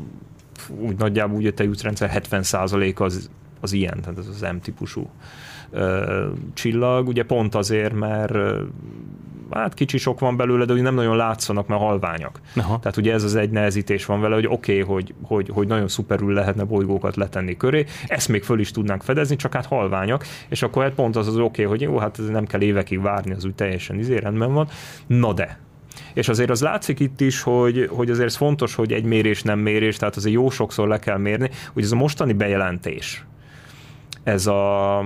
úgy nagyjából úgy a tejútrendszer hetven százalék az az ilyen, tehát ez az M-típusú ö, csillag, ugye pont azért, mert ö, hát kicsi sok van belőle, de úgy nem nagyon látszanak, mert halványak. Aha. Tehát ugye ez az egy nehezítés van vele, hogy oké, okay, hogy, hogy, hogy nagyon szuperül lehetne bolygókat letenni köré, ezt még föl is tudnánk fedezni, csak hát halványak, és akkor hát pont az az oké, okay, hogy jó, hát nem kell évekig várni, az úgy teljesen izé rendben van. Na de, és azért az látszik itt is, hogy, hogy azért ez fontos, hogy egy mérés nem mérés, tehát azért jó sokszor le kell mérni, hogy ez a mostani bejelentés, ez a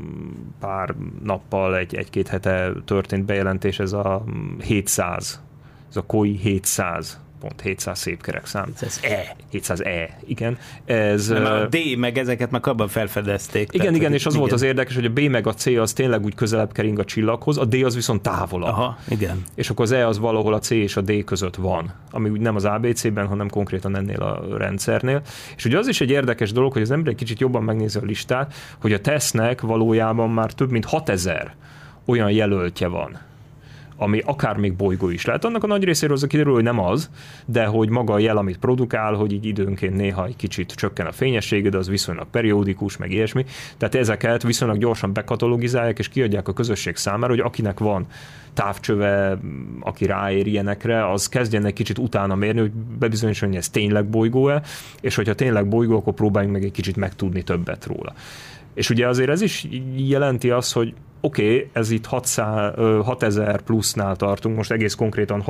pár nappal, egy, egy-két hete történt bejelentés, ez a hétszáz, ez a koi hétszáz, pont hétszáz szép kerek szám. hétszáz E. hétszáz E, igen. Ez, a D meg ezeket meg abban felfedezték. Igen, tehát, igen, és az igen. volt az érdekes, hogy a B meg a C az tényleg úgy közelebb kering a csillaghoz, a D az viszont távolabb. Aha, igen. És akkor az E az valahol a C és a D között van, ami úgy nem az á bé cében, hanem konkrétan ennél a rendszernél. És ugye az is egy érdekes dolog, hogy az ember egy kicsit jobban megnézi a listát, hogy a tesznek valójában már több mint hatezer olyan jelöltje van, ami akár még bolygó is lehet. Annak a nagy részéről az kiderül, hogy nem az, de hogy maga a jel, amit produkál, hogy így időnként néha egy kicsit csökken a fényessége, de az viszonylag periódikus, meg ilyesmi. Tehát ezeket viszonylag gyorsan bekatalogizálják, és kiadják a közösség számára, hogy akinek van távcsöve, aki ráér ilyenekre, az kezdjen egy kicsit utána mérni, hogy bebizonyosan, hogy ez tényleg bolygó-e, és hogyha tényleg bolygó, akkor próbáljunk meg egy kicsit megtudni többet róla. És ugye azért ez is jelenti azt, hogy oké, okay, ez itt hatezer plusznál tartunk, most egész konkrétan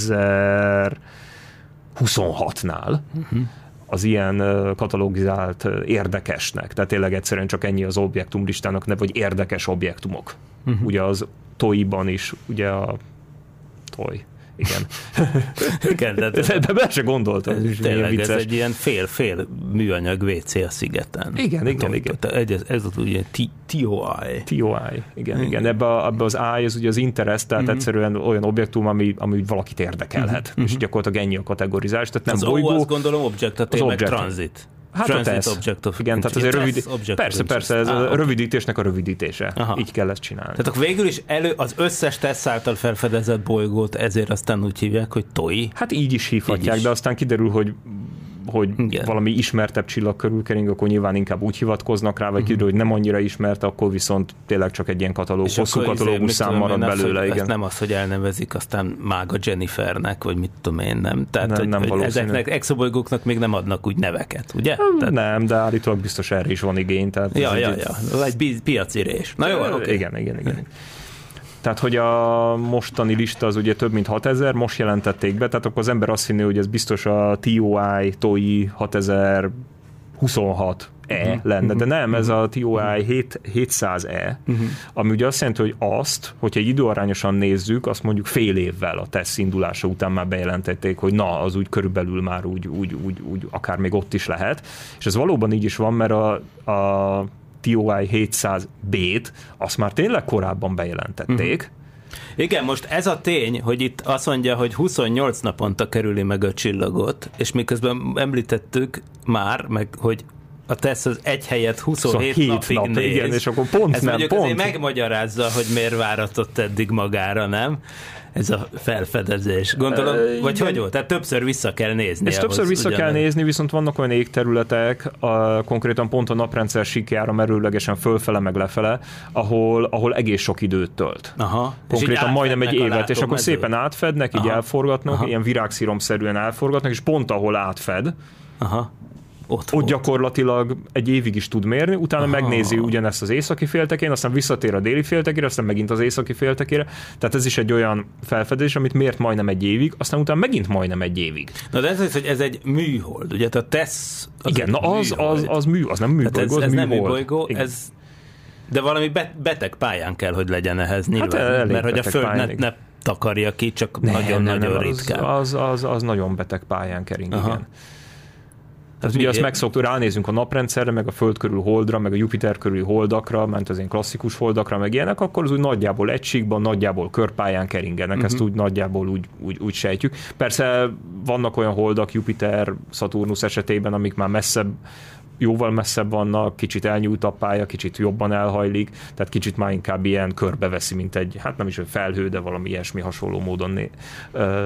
hatezer-huszonhatnál uh-huh. az ilyen katalogizált érdekesnek, tehát tényleg egyszerűen csak ennyi az objektumlistának neve, vagy érdekes objektumok. Uh-huh. Ugye az toiban is, ugye a toj. Igen. Igen, de, de, de be se gondoltam. Ez, tényleg, ez egy ilyen fél-fél műanyag vé cé a szigeten. Igen, igen, igen. Ez, ez az ugye té o i. té o i, igen, igen. Ebbe, a, ebbe az I, ez ugye az interest, tehát mm-hmm. egyszerűen olyan objektum, ami, ami valakit érdekelhet. Mm-hmm. És gyakorlatilag ennyi a kategorizás. Tehát nem az bolygó. O, azt gondolom object, meg transit. Hát a tesz. Igen, tehát azért rövid... Persze, persze, ez ah, a rövidítésnek a rövidítése. Aha. Így kell ezt csinálni. Tehát akkor végül is elő az összes tesz által felfedezett bolygót ezért aztán úgy hívják, hogy TOI. Hát így is hívhatják, így is. De aztán kiderül, hogy hogy igen. valami ismertebb csillag körül kering, akkor nyilván inkább úgy hivatkoznak rá, vagy uh-huh. kiderül, hogy nem annyira ismert, akkor viszont tényleg csak egy ilyen katalóg, és hosszú katalógus szám marad belőle. Az, igen. Ez nem az, hogy elnevezik aztán Mága Jennifernek, vagy mit tudom én, nem. Tehát, nem, hogy, nem hogy ezeknek exobolygóknak még nem adnak úgy neveket, ugye? Nem, tehát... nem, de állítólag biztos erre is van igény. Tehát ja, ja, ja, ez egy piacirés. Na jó, oké. Okay. Igen, igen, igen. Tehát, hogy a mostani lista az ugye több mint hatezer, most jelentették be, tehát akkor az ember azt hinné, hogy ez biztos a té o i, TOI hatezer-huszonhat E uh-huh. lenne, de nem, ez a T O I hétszáz E, uh-huh. ami ugye azt jelenti, hogy azt, hogyha egy időarányosan nézzük, azt mondjuk fél évvel a teszt indulása után már bejelentették, hogy na, az úgy körülbelül már úgy, úgy, úgy, úgy akár még ott is lehet, és ez valóban így is van, mert a, a T O I hétszáz B-t azt már tényleg korábban bejelentették. Uh-huh. Igen, most ez a tény, hogy itt azt mondja, hogy huszonnyolc naponta kerüli meg a csillagot, és miközben említettük már, meg hogy a teszt az egy helyet huszonhét napig nap, néz. Igen, és akkor pont ez nem, mondjuk pont. azért megmagyarázza, hogy miért váratott eddig magára, nem? Ez a felfedezés. Gondolom, e, vagy hogy volt? Tehát többször vissza kell nézni. Ezt többször vissza ugyan kell nézni, viszont vannak olyan égterületek, a, konkrétan pont a naprendszer síkjára merőlegesen fölfele meg lefele, ahol, ahol egész sok időt tölt. Aha. Konkrétan majdnem egy évet, és akkor szépen átfednek, így Aha. elforgatnak, Aha. ilyen virágsziromszerűen elforgatnak, és pont ahol átfed, Aha. Ott, ott gyakorlatilag egy évig is tud mérni, utána Aha. megnézi ugyanezt az északi féltekén, aztán visszatér a déli féltekére, aztán megint az északi féltekére. Tehát ez is egy olyan felfedezés, amit mért majdnem egy évig, aztán utána megint majdnem egy évig. Na de ez az, hogy ez egy műhold, ugye? A TESS az igen, na az, az, az, mű, az nem műbolygó, ez, ez az nem műhold. műbolygó, ez, de valami beteg pályán kell, hogy legyen ehhez nyilván, hát mert hogy a Föld ne, ne takarja ki, csak nagyon-nagyon ritkán. Az, az, az nagyon beteg pályán kering, Aha. igen. Tehát ugye azt megszoktuk, ránézünk a naprendszerre, meg a Föld körül holdra, meg a Jupiter körüli holdakra, ment az ilyen klasszikus holdakra, meg ilyenek, akkor az úgy nagyjából egy síkban, nagyjából körpályán keringenek, uh-huh. ezt úgy nagyjából úgy, úgy, úgy sejtjük. Persze vannak olyan holdak Jupiter, Saturnus esetében, amik már messzebb, jóval messzebb vannak, kicsit elnyújt a pálya, kicsit jobban elhajlik, tehát kicsit már inkább ilyen körbeveszi, mint egy, hát nem is egy felhő, de valami ilyesmi hasonló módon né- ö-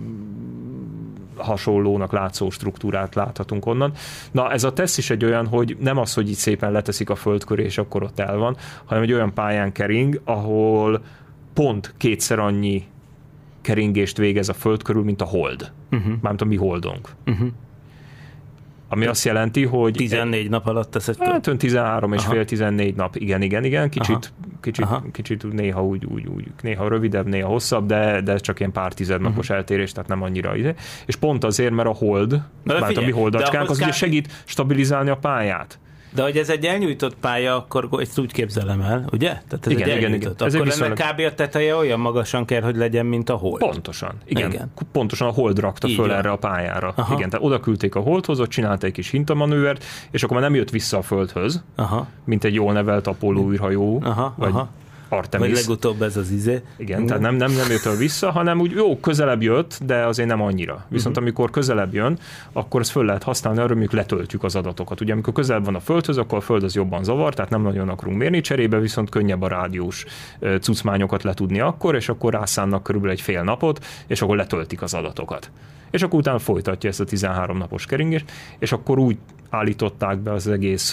hasonlónak látszó struktúrát láthatunk onnan. Na, ez a teszt is egy olyan, hogy nem az, hogy így szépen leteszik a Föld köré, és akkor ott el van, hanem egy olyan pályán kering, ahol pont kétszer annyi keringést végez a Föld körül, mint a hold. Uh-huh. Mármint a mi holdunk. Uh-huh. Ami azt jelenti, hogy... tizennégy nap alatt tesz egy... Hát ön tizenhárom és fél tizennégy nap, igen, igen, igen, kicsit, kicsit, kicsit néha úgy, úgy, úgy, néha rövidebb, néha hosszabb, de, de csak ilyen pár tizednapos uh-huh. eltérés, tehát nem annyira ide. És pont azért, mert a hold, mert a mi holdacskánk, az ugye segít stabilizálni a pályát. De hogy ez egy elnyújtott pálya, akkor ezt úgy képzelem el, ugye? Tehát ez igen, egy igen, igen. Akkor viszonylag... ennek kb. A teteje olyan magasan kell, hogy legyen, mint a hold. Pontosan, igen. igen. Pontosan a hold rakta így föl van. Erre a pályára. Aha. Igen, tehát oda küldték a holdhoz, ott csinált egy kis hintamanővert, és akkor már nem jött vissza a Földhöz, aha. mint egy jól nevelt Apollo űrhajó, aha, vagy aha. Artemis. Vagy legutóbb ez az izé. Igen, tehát nem, nem, nem jött el vissza, hanem úgy jó, közelebb jött, de azért nem annyira. Viszont uh-huh. amikor közelebb jön, akkor ezt föl lehet használni, arra mondjuk letöltjük az adatokat. Ugye amikor közelebb van a Földhöz, akkor a Föld az jobban zavar, tehát nem nagyon akarunk mérni, cserébe viszont könnyebb a rádiós cuccmányokat letudni akkor, és akkor rászánnak körülbelül egy fél napot, és akkor letöltik az adatokat. És akkor utána folytatja ezt a tizenhárom napos keringést, és akkor úgy állították be az egész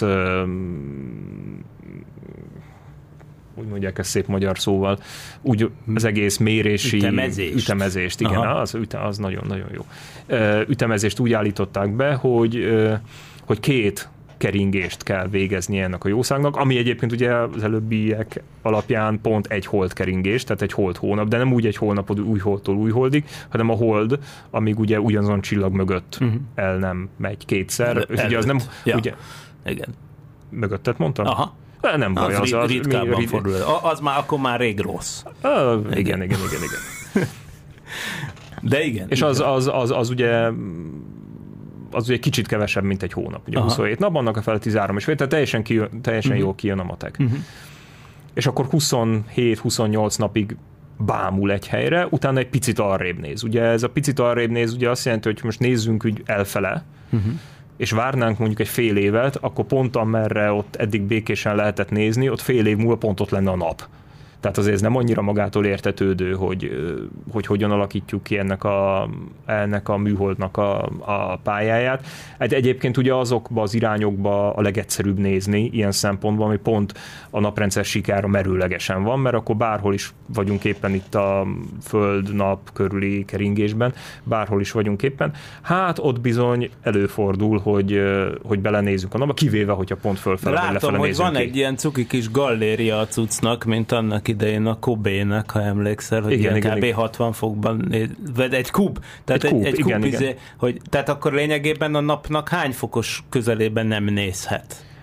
úgy mondják ezt szép magyar szóval, úgy az egész mérési ütemezést, ütemezést igen, az, üte, az nagyon-nagyon jó. Ütemezést úgy állították be, hogy, hogy két keringést kell végezni ennek a jószágnak, ami egyébként ugye az előbbiek alapján pont egy hold keringés, tehát egy hold hónap, de nem úgy egy holnapod új holdtól új holdig, hanem a hold, amíg ugye ugyanazon csillag mögött uh-huh. el nem megy kétszer. El, ugye az nem, ja. ugye, igen. Mögöttet mondtam? Aha. Nem baj, az, az, az ritkábban mi, fordul. Az már akkor már rég rossz. Ah, igen, igen, igen, igen, igen. De igen. És az, az, az, az ugye az ugye kicsit kevesebb, mint egy hónap. Ugye huszonhét nap, annak a fel tizenhárom és fél, tehát teljesen, kijön, teljesen uh-huh. jól kijön a matek. Uh-huh. És akkor huszonhét-huszonnyolc napig bámul egy helyre, utána egy picit arrébb néz. Ugye ez a picit arrébb néz, ugye azt jelenti, hogy most nézzünk úgy elfele, uh-huh. és várnánk mondjuk egy fél évet, akkor pont amerre ott eddig békésen lehetett nézni, ott fél év múlva pont ott lenne a nap. Tehát azért ez nem annyira magától értetődő, hogy, hogy hogyan alakítjuk ki ennek a, ennek a műholdnak a, a pályáját. Egy, egyébként ugye azokba az irányokba a legegyszerűbb nézni ilyen szempontból, ami pont a naprendszer síkára merőlegesen van, mert akkor bárhol is vagyunk éppen itt a Föld-nap körüli keringésben, bárhol is vagyunk éppen. Hát ott bizony előfordul, hogy, hogy belenézzünk a napba, kivéve, hogyha pont fölfele vagy lefele nézünk ki. Látom, hogy van egy ilyen cuki kis galléria a cuccnak, mint annak idején a Kobe-nek, ha emlékszel, hogy igen, ilyen kb. hatvan fokban, vagy egy kub, tehát egy, egy, kub, egy kub igen, izé, igen. Hogy, tehát akkor lényegében a napnak hány fokos közelében nem nézhet?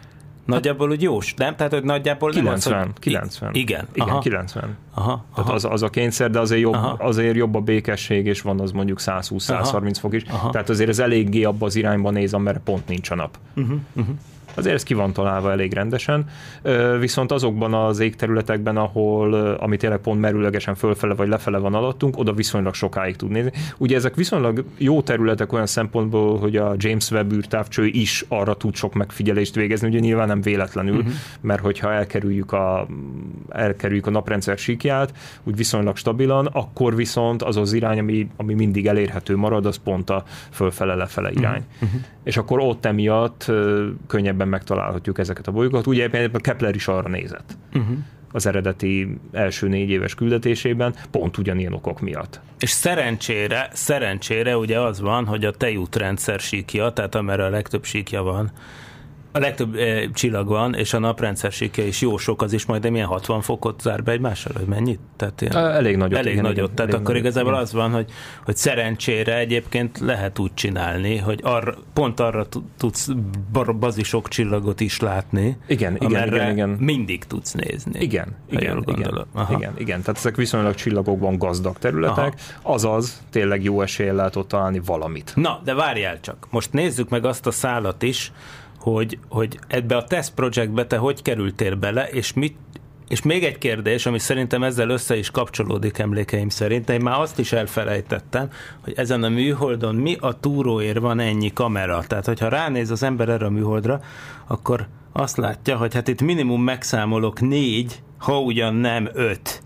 Nagyjából úgy jó, nem? Tehát, hogy nagyjából kilencven, nem az, hogy... kilencven. Igen. Igen, aha. kilencven. Aha, Tehát aha. az, az a kényszer, de azért jobb, azért jobb a békesség, és van az mondjuk száz húsz száz harminc fok is. Aha. Tehát azért ez eléggé abba az irányba néz, amerre pont nincs a nap. Uh-huh, uh-huh. Azért ez ki van találva elég rendesen, viszont azokban az égterületekben, ahol, ami tényleg pont merőlegesen fölfele vagy lefele van alattunk, oda viszonylag sokáig tud nézni. Ugye ezek viszonylag jó területek olyan szempontból, hogy a James Webb űrtávcső is arra tud sok megfigyelést végezni, ugye nyilván nem véletlenül, uh-huh. mert hogyha elkerüljük a, elkerüljük a naprendszer síkját, úgy viszonylag stabilan, akkor viszont az az irány, ami, ami mindig elérhető marad, az pont a fölfele-lefele irány. Uh-huh. És akkor ott emiatt könnyebben megtalálhatjuk ezeket a bolygókat. Ugye például Kepler is arra nézett uh-huh. az eredeti első négy éves küldetésében, pont ugyanilyen okok miatt. És szerencsére, szerencsére ugye az van, hogy a tejútrendszer síkja, tehát amerre a legtöbb síkja van, a legtöbb eh, csillag van, és a naprendszer síkja is jó sok, az is majd milyen hatvan fokot zár be egymással, hogy mennyit? Tehát ilyen, elég nagyot. Elég igen, nagyot, igen, tehát elég akkor nagyot, igazából igen. az van, hogy, hogy szerencsére egyébként lehet úgy csinálni, hogy arra, pont arra tudsz bazisok csillagot is látni, igen, igen, igen, igen. mindig tudsz nézni. Igen, igen, igen, igen, igen. Tehát ezek viszonylag csillagokban gazdag területek, aha. azaz tényleg jó eséllyel lehet ott találni valamit. Na, de várjál csak, most nézzük meg azt a szálat is, hogy, hogy ebbe a test projectbe te hogy kerültél bele, és mit, és még egy kérdés, ami szerintem ezzel össze is kapcsolódik emlékeim szerint, de én már azt is elfelejtettem, hogy ezen a műholdon mi a túróért van ennyi kamera. Tehát, hogyha ránéz az ember erre a műholdra, akkor azt látja, hogy hát itt minimum megszámolok négy, ha ugyan nem öt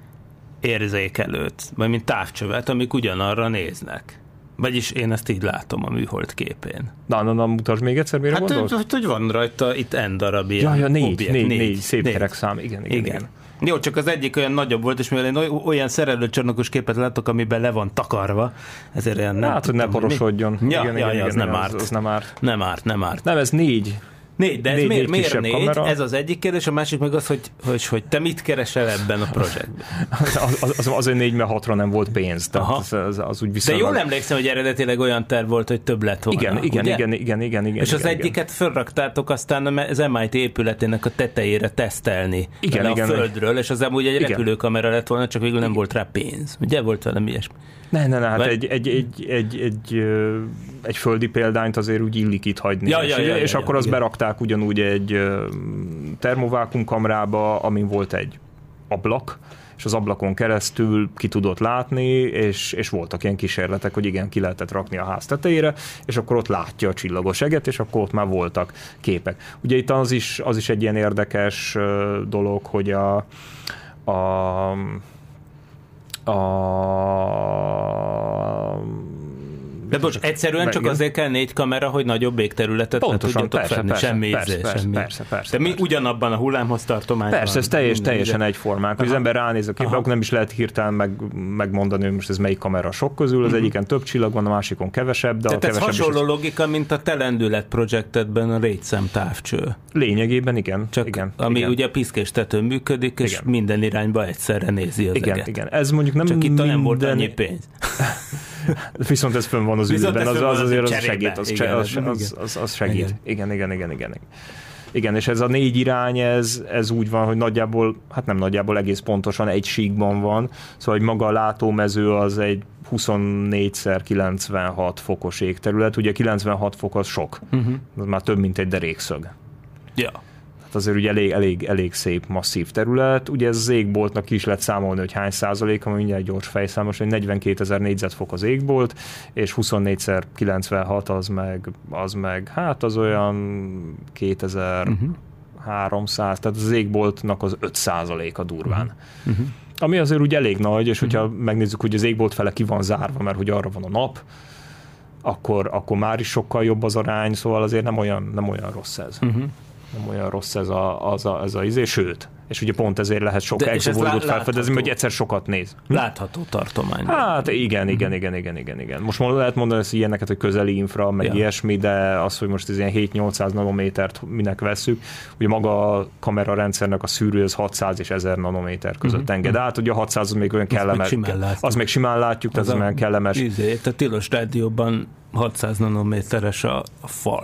érzékelőt, vagy mint távcsövet, amik ugyanarra néznek. Vagyis én ezt így látom a műhold képén. Na, na, na, mutasd még egyszer, mire hát, gondolsz? Hát, hogy van rajta itt N darab ilyen ja, ja, négy, objekt. Négy, négy, négy, szép négy. kerekszám, igen, igen, igen. igen. Jó, csak az egyik olyan nagyobb volt, és mivel én olyan szerelőcsarnokos képet látok, amiben le van takarva, ezért olyan nem hát, hogy ne porosodjon. Ja, igen, ja, igen, ja, igen, az nem árt. Az, az nem árt. Nem árt, nem árt. Nem, ez négy. Négy, de ez négy, miért, négy miért négy? kamera. Ez az egyik kérdés, a másik meg az, hogy, hogy, hogy te mit keresel ebben a projektben. az, az, azért négy, mert hatra nem volt pénz. Tehát az, az, az úgy viszonylag... De jól emlékszem, hogy eredetileg olyan terv volt, hogy több lett volna. Igen, igen, igen, igen, igen, igen. És igen, az igen. egyiket fölraktátok aztán az em i té épületének a tetejére tesztelni. Igen, a igen. földről, és az amúgy egy igen. repülőkamera lett volna, csak végül nem volt rá pénz. Ugye volt valami ilyesmi? Ne, ne, ne, hát egy, egy, egy, egy, egy, egy földi példányt azért úgy illik itt hagyni. Ja, és ja, ja, és ja, akkor ja, azt igen. berakták ugyanúgy egy termovákum kamrába, amin volt egy ablak, és az ablakon keresztül ki tudott látni, és, és voltak ilyen kísérletek, hogy igen, ki lehetett rakni a ház tetejére, és akkor ott látja a csillagos eget, és akkor ott már voltak képek. Ugye itt az is, az is egy ilyen érdekes dolog, hogy a, a A... De bocs, egyszerűen csak igen. azért kell négy kamera, hogy nagyobb égterületet pontosan, le tudjatok persze, fenni. persze, Semmi persze, ízé, persze, semmi. persze, persze, De mi persze. ugyanabban a hullámhoz tartományban. Persze, ez teljes, teljesen egyformák. Hogy az ember ránéz a képre, akkor nem is lehet hirtelen meg, megmondani, hogy most ez melyik kamera sok közül. Az uh-huh. egyiken több csillag van, a másikon kevesebb, de tehát a ez kevesebb hasonló is logika, mint a te lendület projektedben a létszám távcső. Lényegében igen. Csak igen, ami igen. ugye piszkés tetőn működik, és igen. minden irányba egyszerre nézi az igen, eget. igen. Ez mondjuk nem Csak itt minden... nem volt annyi pénz. Viszont ez fönn van az űrben, az, az azért az segít, az, igen, az, az, az, az segít. Igen. Igen, igen, igen, igen. Igen, és ez a négy irány, ez, ez úgy van, hogy nagyjából, hát nem nagyjából, egész pontosan egy síkban van, szóval hogy maga a látómező az egy huszonnégy szer kilencvenhat fokos égterület, ugye kilencvenhat fok az sok, uh-huh. az már több, mint egy derékszög. Ja. Hát azért ugye elég, elég, elég szép, masszív terület. Ugye ez az égboltnak ki is lehet számolni, hogy hány százalék, ami mindjárt gyors fejszámos, hogy negyvenkétezer négyzetfok az égbolt, és huszonnégy szer kilencvenhat az meg, az meg, hát az olyan kétezer-háromszáz, uh-huh. tehát az égboltnak az öt százaléka durván. Uh-huh. Ami azért úgy elég nagy, és hogyha uh-huh. megnézzük, hogy az égbolt fele ki van zárva, mert hogy arra van a nap, akkor, akkor már is sokkal jobb az arány, szóval azért nem olyan, nem olyan rossz ez. Uh-huh. Nem olyan rossz ez a, az a, ez a izé, sőt, és ugye pont ezért lehet sok exobolygót felfedezni, hogy egyszer sokat néz. Látható tartomány. Hát igen, igen, igen, igen, igen, igen. Most lehet mondani ezt ilyeneket, hogy közeli infra, meg ja. ilyesmi, de az, hogy most ez ilyen hét-nyolcszáz nanométert minek vesszük, ugye maga a kamerarendszernek a szűrő az hatszáz és ezer nanométer között uh-huh. enged át, ugye a hatszáz az még olyan kellemes. Az még simán látjuk, tehát az olyan kellemes. Izé, a tilos rádióban hatszáz nanométeres a, a fal.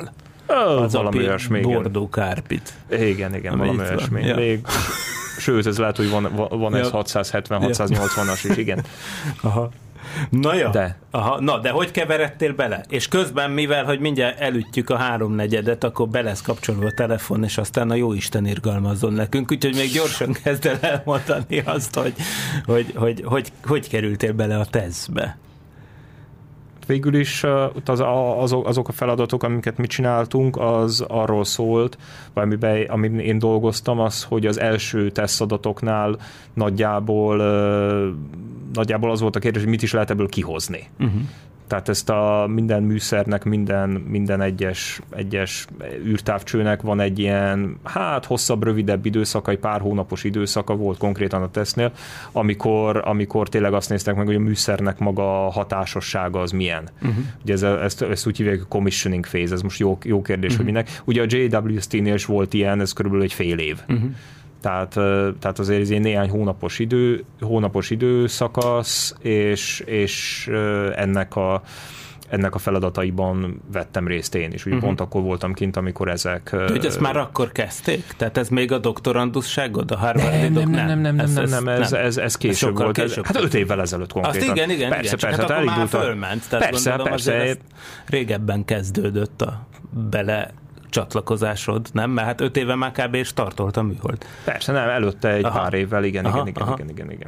Oh, valami olyasmi, bordó kárpit. Igen, igen, valami olyasmi. Ja. Még, sőt, ez lehet, hogy van, van ez ja. hatszázhetven hatszáznyolcvanas is, igen. Aha. Na ja. De. Aha. Na, de hogy keveredtél bele? És közben, mivel, hogy mindjárt elütjük a háromnegyedet, akkor be lesz kapcsolva a telefon, és aztán a jóisten irgalmazzon nekünk, úgyhogy még gyorsan kezd el elmondani azt, hogy hogy, hogy, hogy, hogy kerültél bele a tesztbe. Végül is az, azok, azok a feladatok, amiket mi csináltunk, az arról szólt, amiben, amin én dolgoztam, az, hogy az első tesztadatoknál nagyjából, nagyjából az volt a kérdés, hogy mit is lehet ebből kihozni. Uh-huh. Tehát ezt a minden műszernek, minden, minden egyes, egyes űrtávcsőnek van egy ilyen, hát hosszabb, rövidebb időszaka, egy pár hónapos időszaka volt konkrétan a tesztnél, amikor, amikor tényleg azt néztek meg, hogy a műszernek maga a hatásossága az milyen. Uh-huh. Ugye ez, ezt, ezt úgy hívják, commissioning phase, ez most jó, jó kérdés, uh-huh. hogy minek. Ugye a jé dupla vé es té-nél is volt ilyen, ez körülbelül egy fél év. Uh-huh. Tehát, tehát azért ez egy néhány hónapos idő, hónapos időszakasz, és, és ennek a, ennek a feladataiban vettem részt én is. Ugye uh-huh. pont akkor voltam kint, amikor ezek... De hogy ezt már akkor kezdték? Tehát ez még a doktorandusságod, a Harvardi nem, nem, nem, nem, nem, nem, nem, ez, ez, ez később volt. Később. Hát öt évvel ezelőtt konkrétan. Azt igen, igen, persze, igen. Persze, hát akkor már fölment. Tehát persze, gondolom, persze. Régebben kezdődött a bele csatlakozásod, nem? Mert hát öt éve már kb. És tartolt a műhold. Persze, nem, előtte egy aha. pár évvel, igen, aha, igen, igen, igen, igen, igen.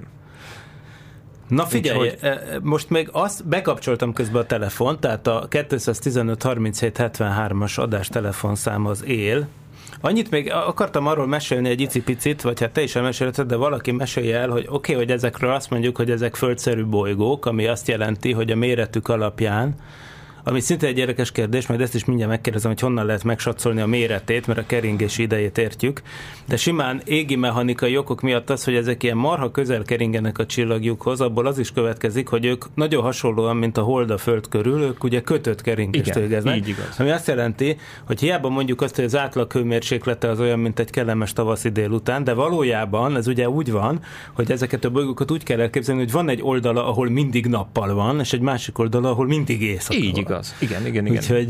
Na figyelj, úgy, hogy... most még azt bekapcsoltam közben a telefon, tehát a kettőszáztizenöt harminchét hetvenhármas adás telefonszám az él. Annyit még akartam arról mesélni egy icipicit, vagy hát te is elmesélted, de valaki mesélje el, hogy oké, okay, hogy ezekről azt mondjuk, hogy ezek földszerű bolygók, ami azt jelenti, hogy a méretük alapján, ami szinte egy érdekes kérdés, majd ezt is mindjárt megkérdezem, hogy honnan lehet megsatszolni a méretét, mert a keringési idejét értjük, de simán égi mechanikai okok miatt az, hogy ezek ilyen marha közel keringenek a csillagjukhoz, abból az is következik, hogy ők nagyon hasonlóan, mint a Hold a Föld körül, ők ugye kötött keringést végeznek. Így igaz. Ami azt jelenti, hogy hiába mondjuk azt, hogy az átlag hőmérséklete az olyan, mint egy kellemes tavaszi délután, de valójában ez ugye úgy van, hogy ezeket a bolygókat úgy kell elképzelni, hogy van egy oldala, ahol mindig nappal van, és egy másik oldala, ahol mindig éjszaka így van. Igaz. Igen, igen, igen. Úgyhogy,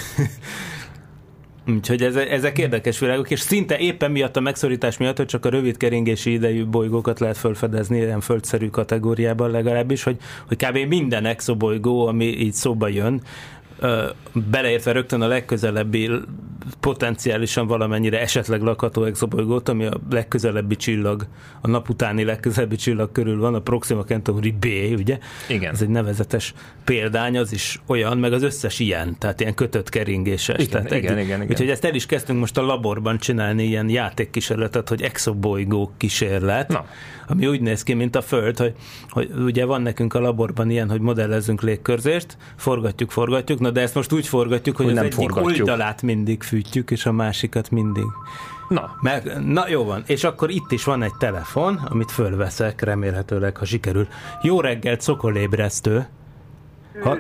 úgyhogy ezek, ezek érdekes világok, és szinte éppen miatt a megszorítás miatt, hogy csak a rövid keringési idejű bolygókat lehet felfedezni ilyen földszerű kategóriában legalábbis, hogy, hogy kb. Minden exobolygó, ami így szóba jön, beleértve rögtön a legközelebbi potenciálisan valamennyire esetleg lakható exobolygót, ami a legközelebbi csillag, a nap utáni legközelebbi csillag körül van, a Proxima Centauri B, ugye? Igen. Ez egy nevezetes példány, az is olyan, meg az összes ilyen, tehát ilyen kötött keringéses. Igen, tehát igen, egy, igen, igen. Úgyhogy ezt el is kezdtünk most a laborban csinálni ilyen játékkísérletet, hogy exobolygó kísérlet, na. Ami úgy néz ki, mint a Föld, hogy, hogy ugye van nekünk a laborban ilyen, hogy modellezzünk légkörzést, forgatjuk, forgatjuk, na de ezt most úgy forgatjuk, hogy, hogy az egyik forgatjuk. Oldalát mindig fűtjük, és a másikat mindig. Na. Meg, na jó van, és akkor itt is van egy telefon, amit fölveszek, remélhetőleg, ha sikerül. Jó reggelt, Szokolébresztő. Ha...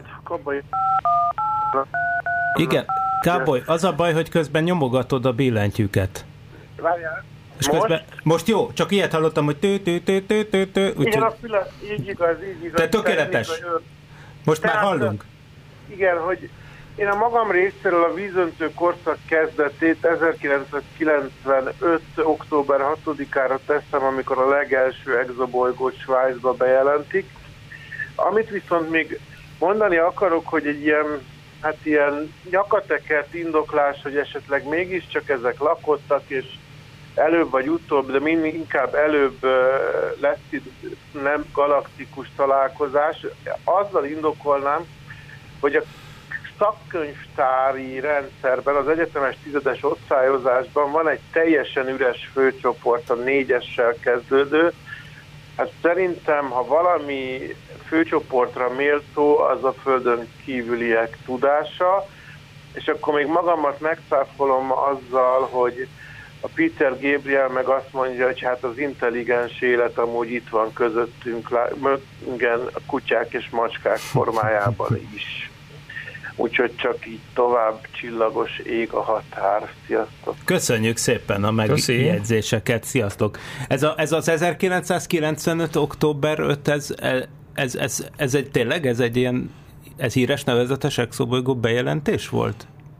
Igen, Káboly, az a baj, hogy közben nyomogatod a billentyűket. Várjál. És most? Közben, most jó, csak ilyet hallottam, hogy tő, tő, tő, tő, tő, tő. Igen, úgy, a pillanat, így igaz, így igaz. Te tökéletes. Most Tehát, már hallunk. Igen, hogy én a magam részéről a vízöntő korszak kezdetét ezerkilencszázkilencvenöt. október hatodikára teszem, amikor a legelső exobolygót Svájcba bejelentik. Amit viszont még mondani akarok, hogy egy ilyen, hát ilyen nyakatekert indoklás, hogy esetleg mégiscsak ezek lakottak, és előbb vagy utóbb, de mindig inkább előbb lesz nem galaktikus találkozás. Azzal indokolnám, hogy a szakkönyvtári rendszerben, az egyetemes tizedes osztályozásban van egy teljesen üres főcsoport, a négyessel kezdődő. Hát szerintem, ha valami főcsoportra méltó, az a Földön kívüliek tudása, és akkor még magamat megcáfolom azzal, hogy a Peter Gabriel meg azt mondja, hogy hát az intelligens élet amúgy itt van közöttünk, igen, a kutyák és macskák formájában is. Úgyhogy csak így tovább, csillagos ég a határ. Sziasztok! Köszönjük szépen a megjegyzéseket, sziasztok! Ez, a, ez az ezerkilencszázkilencvenöt. október ötödike, ez, ez, ez, ez egy tényleg, ez egy ilyen, ez híres nevezetes exobolygó bejelentés volt?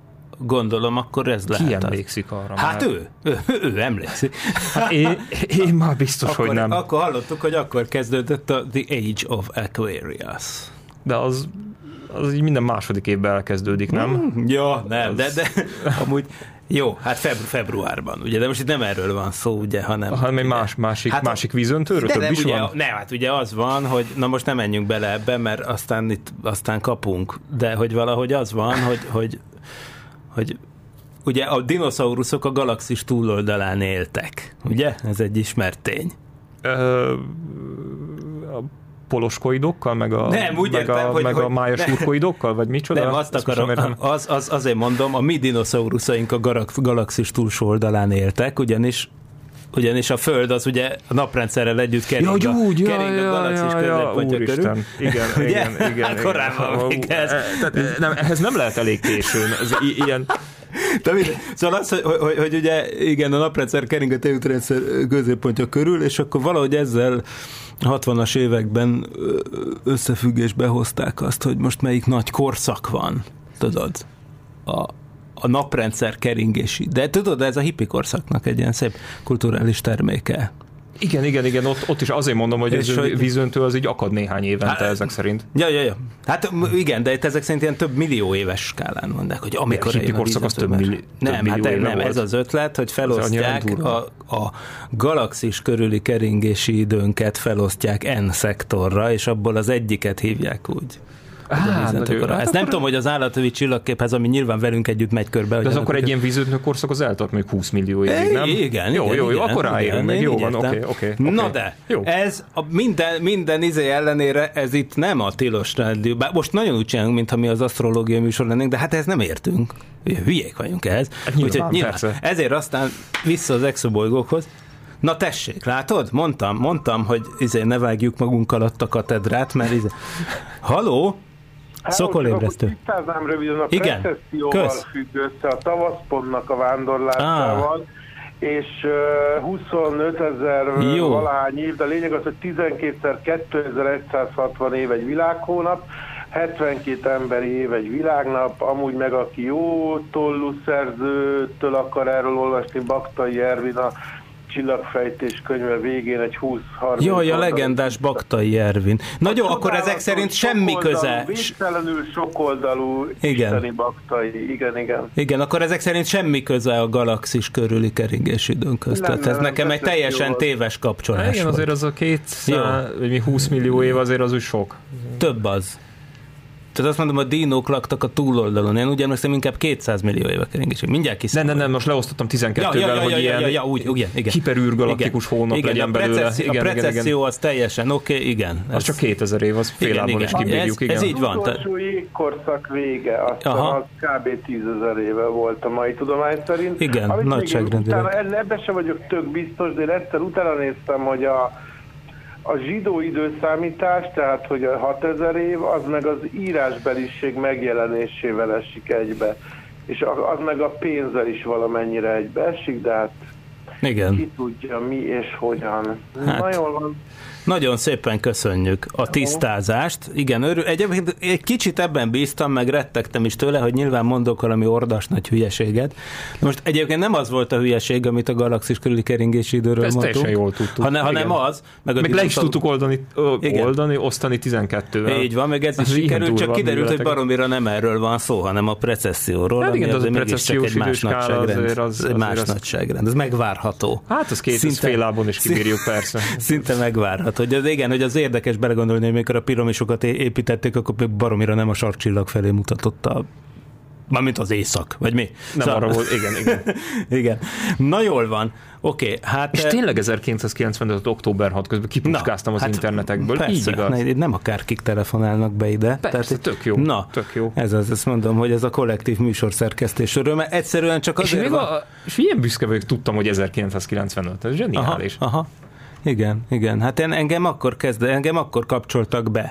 gondolom, akkor ez lehet. Ki emlékszik arra? Hát ő, ő, ő emlékszik. Hát én, én már biztos, akkor, hogy nem. Akkor hallottuk, hogy akkor kezdődött a The Age of Aquarius. De az, az így minden második évben elkezdődik, nem? Mm, ja, nem, de, de amúgy jó, hát febru- februárban, ugye, de most itt nem erről van szó, ugye, hanem... Hanem egy más, másik, hát, másik vízöntőről, több is ugye, van? Nem, hát ugye az van, hogy na most nem menjünk bele ebbe, mert aztán itt aztán kapunk, de hogy valahogy az van, hogy, hogy, hogy ugye a dinoszauruszok a galaxis túloldalán éltek, ugye? Ez egy ismert tény. Ö, a poloskoidokkal, meg a, nem, úgy meg értem, a, hogy, meg hogy, a májasurkoidokkal, vagy micsoda? Nem, azt akarom, az, az, azért mondom, a mi dinoszauruszaink a galaxis túlsó oldalán éltek, ugyanis ugyanis a Föld az ugye a naprendszerrel együtt kering, ja, a, úgy, kering ja, a galaxis ja, középpontja ja, körül. Igen, igen, igen. igen, Korábban még ez. Tehát, nem, ehhez nem lehet elég későn. Ez ilyen... De minden, szóval az, hogy, hogy, hogy ugye igen, a naprendszer kering a tejútrendszer középpontja körül, és akkor valahogy ezzel hatvanas években összefüggésbe hozták azt, hogy most melyik nagy korszak van, tudod, a, a naprendszer keringési. De tudod, ez a hippi korszaknak egy ilyen szép kulturális terméke. Igen, igen, igen, ott, ott is azért mondom, hogy ez a vízöntő az így akad néhány évente, hát, ezek szerint. Ja, ja, ja. Hát igen, de itt ezek szerint ilyen több millió éves skálán mondják, hogy amikor a korszak az több, milli, több nem, millió hát éve nem, volt. ez az ötlet, hogy felosztják a, a galaxis körüli keringési időnket felosztják N szektorra, és abból az egyiket hívják úgy. Hát, hát ezt nem tudom, hogy az állatövi csillagképhez, ami nyilván velünk együtt megy körbe. De az akkor egy ilyen vízöntő korszak az eltart még húsz millió évig, nem? Igen, jó, igen, jó, jó, igen, akkor ráérünk meg, jó van, oké, oké. Na de, jó. Ez a minden, minden izé ellenére, ez itt nem a tilos rádió. Bár most nagyon úgy csinálunk, mintha mi az asztrológiai műsor lennénk, de hát ez nem értünk. Hülyék vagyunk ehhez. Hát nyilván, Úgyhogy nyilván, persze. ezért aztán vissza az exobolygókhoz. Na tessék, látod? Mondtam, mondtam, hogy izé ne vágjuk magunk alatt a katedrát, mert izé... Haló? Szokolébresztő. Tisztáznám röviden, a igen, precesszióval függ össze a tavaszpontnak a vándorlásával, ah. és uh, huszonötezer valahány év, de a lényeg az, hogy tizenkétszer kétezer-egyszázhatvan év egy világhónap, hetvenkét emberi év egy világnap, amúgy meg aki jó tollú szerzőtől akar erről olvasni, Baktai Ervin a Csillagfejtés könyve végén egy húsz-harminc... Jaj, a legendás Baktai Ervin. Nagyon, akkor ezek szerint semmi köze... Végtelenül sokoldalú isteni Baktai, igen, igen. Igen, akkor ezek szerint semmi köze a galaxis körüli keringési időnkhöz. Tehát ez nekem egy teljesen téves kapcsolás. Igen, azért az a kétszáz, vagy húsz millió év azért az úgy sok. Több az. Tehát azt mondom, a dinók laktak a túloldalon. Én úgy emlékszem, inkább kétszáz millió éve keringési. Mindjárt kiszámolom. Nem, nem, nem, most leosztottam tizenkettővel, ja, ja, ja, hogy ja, ilyen ja, ja, úgy, igen, igen. hiperűrgalaktikus hónap igen, legyen a belőle. Precesszió, igen, a precesszió igen, az teljesen oké, okay, igen. Az ez, csak kétezer év, az fél ábban is kibírjuk. Ez, ez így van. Az utolsó jégkorszak vége, aztán aha. az kb. tízezer éve volt a mai tudomány szerint. Igen, nagyságrendben. Ebben sem vagyok tök biztos, de én egyszer utána néztem, hogy a A zsidó időszámítás, tehát hogy a hatezer év, az meg az írásbeliség megjelenésével esik egybe. És az meg a pénzzel is valamennyire egybe esik, de hát igen. Ki tudja mi és hogyan. Hát. Na jól van. Nagyon szépen köszönjük a tisztázást. Igen, örül. Egyébként egy kicsit ebben bíztam, meg rettegtem is tőle, hogy nyilván mondok valami ordas nagy hülyeséget. Most egyébként nem az volt a hülyeség, amit a galaxis körüli keringési időről ezt mondtunk. Teljesen jól tudtuk. Hanem, hanem az. Meg, meg le is tudtuk oldani, ö, oldani, osztani tizenkettővel. Így van, meg ez is sikerült, csak kiderült, hogy baromira nem erről van szó, hanem a precesszióról. Hát igen, az, az a precessziós időskála azért az... Egy más nagyságrend, ez megvárható. Hát az két, szinte, fél lábon is kibírjuk, persze. Szinte megvárható. Hogy az, igen, hogy az érdekes belegondolni, hogy amikor a piramisokat építették, akkor baromira nem a sarkcsillag felé mutatott a mármint az éjszak, vagy mi? Nem szóval... arra volt, igen, igen. igen. Na jól van, oké, okay, hát... És tényleg ezerkilencszázkilencvenöt. október hatodika közben kipuskáztam na, az hát internetekből, persze, így igaz? Ne, nem akárkik telefonálnak be ide. Persze, tehát, tök jó. Na, tök jó. Ez az, ezt mondom, hogy ez a kollektív műsorszerkesztés öröme, egyszerűen csak azért és van... A, és ilyen büszke vagyok, tudtam, hogy ezerkilencszázkilencvenöt, ez zseniális. Aha, aha. Igen, igen. Hát én, engem akkor kezd, engem akkor kapcsoltak be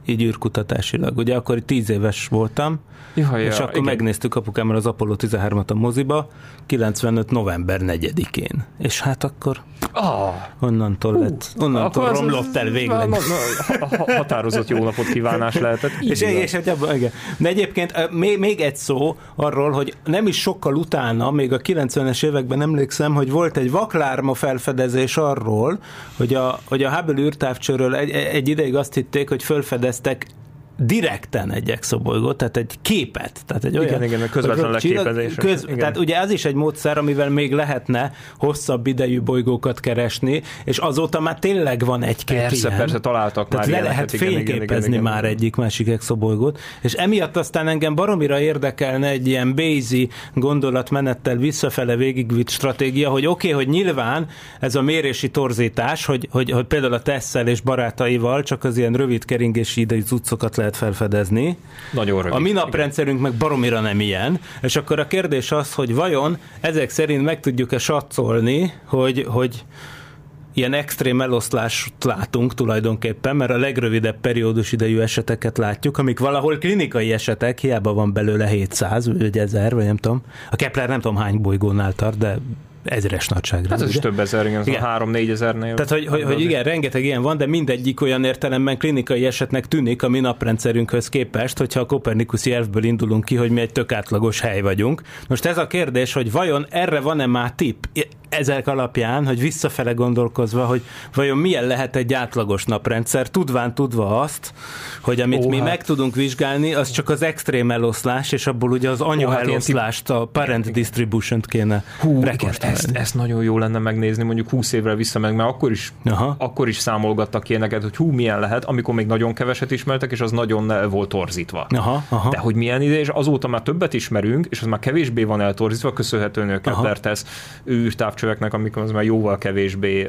így űrkutatásilag. Ugye akkor tíz éves voltam, Jaj, és ja, akkor igen. megnéztük apukámmal az Apollo tizenhármat a moziba, kilencvenöt november negyedikén. És hát akkor Ah, onnantól lett, onnantól akkor az- romlott el végleg. Na, na, na, határozott jó napot kívánás lehetett. Így És, van. és, és igen. De egyébként még, még egy szó arról, hogy nem is sokkal utána, még a kilencvenes években emlékszem, hogy volt egy vaklárma felfedezés arról, hogy a, hogy a Hubble űrtávcsőről egy, egy ideig azt hitték, hogy felfedeztek direkten egy exobolygót, tehát egy képet. Tehát egy olyan, igen, igen, közvetlen leképezés. Köz, tehát ugye az is egy módszer, amivel még lehetne hosszabb idejű bolygókat keresni, és azóta már tényleg van egy-két Persze, ilyen. persze, találtak tehát már le lehet ilyeneket, igen, igen, fényképezni igen, igen, már igen. egyik-másik exobolygót, és emiatt aztán engem baromira érdekelne egy ilyen Bayes-i gondolatmenettel visszafele végigvitt stratégia, hogy oké, okay, hogy nyilván ez a mérési torzítás, hogy, hogy, hogy például a Tessel és barátaival csak az ilyen rövid keringési idejű cuccokat lehet felfedezni. Nagyon rövid. A mi naprendszerünk meg baromira nem ilyen, és akkor a kérdés az, hogy vajon ezek szerint meg tudjuk-e satszolni, hogy, hogy ilyen extrém eloszlást látunk tulajdonképpen, mert a legrövidebb periódus idejű eseteket látjuk, amik valahol klinikai esetek, hiába van belőle hétszáz, vagy ezer, vagy nem tudom. A Kepler nem tudom hány bolygónál tart, de ezres nagyságra. Hát ez ugye? is több ezer, igen, igen. három-négy ezernél. Tehát, hogy, hogy, hogy igen, rengeteg ilyen van, de mindegyik olyan értelemben klinikai esetnek tűnik a mi naprendszerünkhöz képest, hogyha a kopernikuszi elvből indulunk ki, hogy mi egy tök átlagos hely vagyunk. Most ez a kérdés, hogy vajon erre van-e már tipp ezek alapján, hogy visszafele gondolkozva, hogy vajon milyen lehet egy átlagos naprendszer, tudván tudva azt, hogy amit Ó, mi hát. meg tudunk vizsgálni, az csak az extrém eloszlás, és abból ugye az anya Ó, hát eloszlást, a parent distribution-t kéne Hú, rekertelni. ezt, ezt nagyon jó lenne megnézni, mondjuk húsz évre vissza meg, mert akkor is, Aha. akkor is számolgattak ilyeneket, hogy hú, milyen lehet, amikor még nagyon keveset ismertek, és az nagyon el volt torzítva. Aha, aha. De hogy milyen ide, és azóta már többet ismerünk, és az már kevésbé van eltorzítva, köszönhetően a Kepler tesz űrtávcsöveknek, amikor az már jóval kevésbé,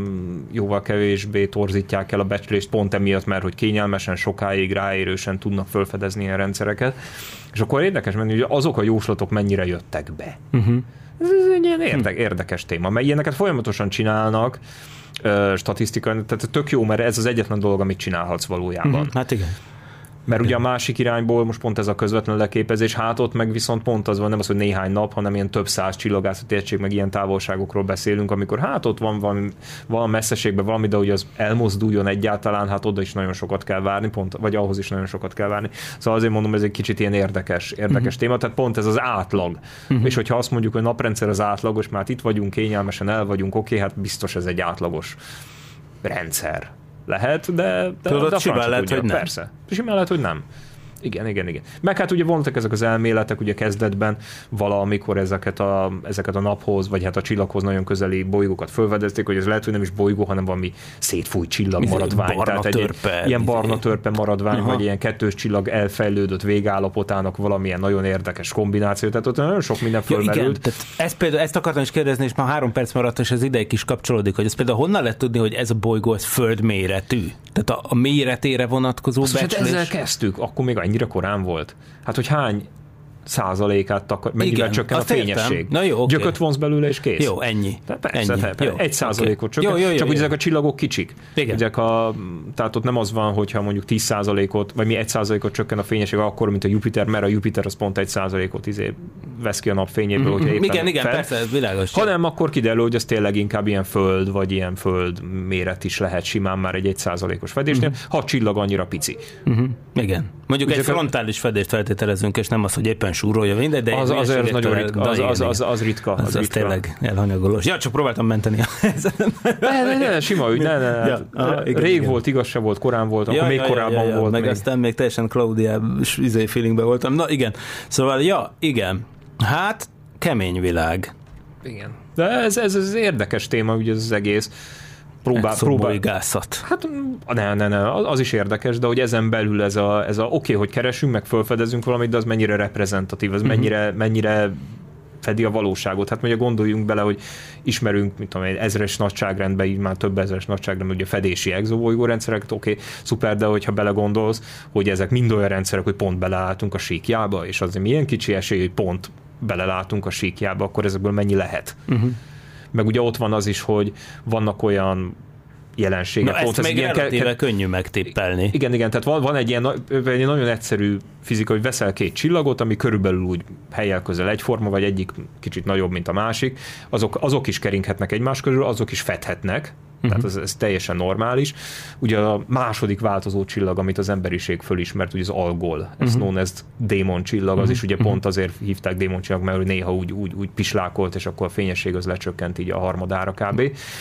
jóval kevésbé torzítják el a becslést pont emiatt, mert hogy kényelmesen, sokáig, ráérősen tudnak felfedezni ilyen rendszereket. És akkor érdekes menni, hogy azok a jóslatok mennyire jöttek be. Uh-huh. Ez egy ilyen érde- érdekes téma, mert ilyeneket folyamatosan csinálnak, statisztikai, tehát tök jó, mert ez az egyetlen dolog, amit csinálhatsz valójában. Uh-huh. Hát igen. Mert ugye a másik irányból most pont ez a közvetlen leképezés, hát ott meg viszont pont az van, nem az, hogy néhány nap, hanem ilyen több száz csillagászati egység, meg ilyen távolságokról beszélünk, amikor hát ott van valami, valami messzeségben valami, de hogy az elmozduljon egyáltalán, hát oda is nagyon sokat kell várni, pont, vagy ahhoz is nagyon sokat kell várni. Szóval azért mondom, ez egy kicsit ilyen érdekes, érdekes uh-huh. téma, tehát pont ez az átlag. Uh-huh. És hogyha azt mondjuk, hogy naprendszer az átlagos, már itt vagyunk, kényelmesen el vagyunk, oké, hát biztos ez egy átlagos rendszer. Lehet, de, de, Tudod, de a simán franc lehet, tudja. hogy nem. Persze. Simán lehet, hogy nem. Igen, igen, igen. Meg hát ugye voltak ezek az elméletek, ugye kezdetben valamikor ezeket a, ezeket a naphoz, vagy hát a csillaghoz nagyon közeli bolygókat fölfedezték, hogy ez lehet, hogy nem is bolygó, hanem valami szétfújt csillag maradvány. Barna Tehát egy törpe, ilyen barna törpe maradvány, Aha. vagy ilyen kettős csillag elfejlődött végállapotának valamilyen nagyon érdekes kombináció. Tehát ott nagyon sok minden Ja, igen, fölmerült. tehát ezt, például, ezt akartam is kérdezni, és már három perc maradt, és ez ideig is kapcsolódik, hogy ez például honnan lehet tudni, hogy ez a bolygó ez földméretű? Tehát a, a méretére vonatkozó Azt, hát becslés. ezzel kezdtük, akkor még annyira korán volt. Hát, hogy hány százalékát takar, mennyivel Igen, csökken a azt értem. fényesség. Na jó, oké. Gyököt vonz belőle, és kész. Jó, ennyi. De persze, ennyi. persze, Jó, egy százalékot oké. csökken. Jó, jó, jó, Csak jó. hogy ezek a csillagok kicsik. Igen. Ezek a, tehát ott nem az van, hogyha mondjuk tíz százalékot, vagy mi egy százalékot csökken a fényesség, akkor, mint a Jupiter, mert a Jupiter az pont egy százalékot izé vesz ki a napfényéből, hogyha éppen Igen, igen, fel. persze, ez világos. Hanem akkor kiderül, hogy ez tényleg inkább ilyen föld, vagy ilyen föld méret is lehet simán már egy egy százalékos fedésnél, uh-huh. ha a csillag annyira pici. Uh-huh. Igen. Mondjuk Ugye egy frontális fedést feltételezünk, és nem az, hogy éppen súrolja mindegy, de Az, az, az nagyon ritka, az, az, az, az ritka. Az, Az, az ritka. tényleg elhanyagolós. Ja, csak próbáltam menteni a helyzetem. Ne, ne, ne, sima ügy, ne, ne, ne. Ja, aha, igen, Rég igen. volt, igaz se volt, korán volt, akkor Ja, még ja, korábban ja, ja, ja. volt. Meg még. aztán még teljesen Claudia-s izé feelingben voltam. Na igen, szóval ja, igen. Hát, kemény világ. Igen. De ez, ez, ez érdekes téma, ugye ez az egész. Próbál, próbál. Exobolygászat. Hát ne, ne, ne, az is érdekes, de hogy ezen belül ez a, ez a oké, okay, hogy keresünk, meg felfedezünk valamit, de az mennyire reprezentatív, az uh-huh. mennyire, mennyire fedi a valóságot. Hát mondja, gondoljunk bele, hogy ismerünk, mit tudom, egy ezres nagyságrendben, így már több ezres nagyságrendben, ugye fedési exobolygó rendszereket, oké, okay, szuper, de hogyha belegondolsz, hogy ezek mind olyan rendszerek, hogy pont belelátunk a síkjába, és azért milyen kicsi esély, hogy pont belelátunk a síkjába, akkor ezekből mennyi lehet? Uh-huh. Meg ugye ott van az is, hogy vannak olyan jelensége. Na, ezt még relatíve ke- könnyű megtippelni. Igen, igen, tehát van, van egy ilyen egy nagyon egyszerű fizika, hogy veszel két csillagot, ami körülbelül úgy helyel közel egyforma, vagy egyik kicsit nagyobb, mint a másik, azok, azok is keringhetnek egymás körül, azok is fedhetnek, uh-huh. tehát ez, ez teljesen normális. Ugye a második változó csillag, amit az emberiség fölismert, ugye az Algol, ez uh-huh. known as démon csillag, az uh-huh. is ugye uh-huh. pont azért hívták démon csillag, mert néha úgy, úgy, úgy pislákolt, és akkor a fényesség az lecsökkent így a harmadára kb.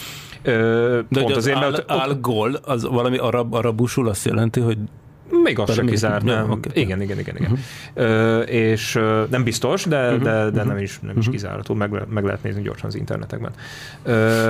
Ö, De pont az azért, al, mert Algol, az valami arab, arabusul azt jelenti, hogy még azt se kizárt, nem. Okay. Igen, igen, igen. igen. Uh-huh. Ö, és ö, nem biztos, de, uh-huh. de, de uh-huh. nem is, nem is kizárható, meg, meg lehet nézni gyorsan az internetekben. Ö,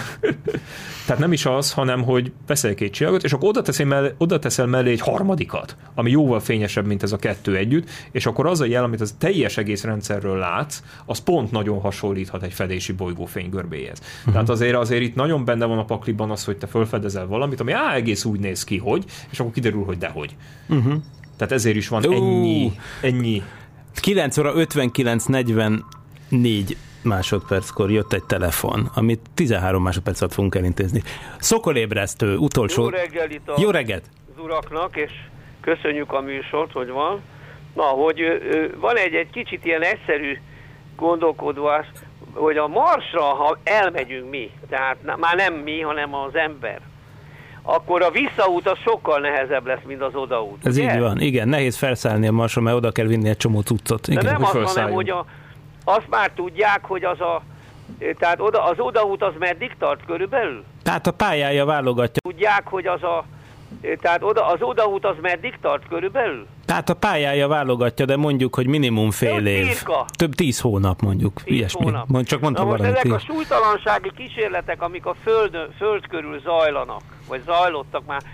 tehát nem is az, hanem, hogy veszel két csillagot, és akkor oda teszel, mellé, oda teszel mellé egy harmadikat, ami jóval fényesebb, mint ez a kettő együtt, és akkor az a jel, amit az teljes egész rendszerről látsz, az pont nagyon hasonlíthat egy fedési bolygó fénygörbéhez. Uh-huh. Tehát azért, azért itt nagyon benne van a pakliban az, hogy te felfedezel valamit, ami á, egész úgy néz ki, hogy, és akkor kiderül, hogy dehogy. Uh-huh. Tehát ezért is van uh. ennyi, ennyi. kilenc óra ötvenkilenc negyvennégy másodperckor jött egy telefon, amit tizenhárom másodperc alatt fogunk elintézni. Szokolébresztő, utolsó... Jó reggelit a Jó reggelt. Az uraknak, és köszönjük a műsort, hogy van. Na, hogy ö, van egy, egy kicsit ilyen egyszerű gondolkodás, hogy a Marsra, ha elmegyünk mi, tehát na, már nem mi, hanem az ember, akkor a visszaút az sokkal nehezebb lesz, mint az odaút. Ez ugye? így van. Igen, nehéz felszállni a Marsra, mert oda kell vinni egy csomó cuccot. Igen. De nem azt, hanem, hogy a, azt már tudják, hogy az a, tehát oda, az odaút az meddig tart körülbelül? Tehát a pályája válogatja. Tudják, hogy az a, tehát oda, az odaút az meddig tart körülbelül? Tehát a pályája válogatja, de mondjuk, hogy minimum fél év. Cirka. Több tíz hónap mondjuk. Tíz ilyesmi. hónap. Mond, csak mondtam Na most valamit. ezek a súlytalansági kísérletek, amik a föld, föld körül zajlanak, vagy zajlottak már,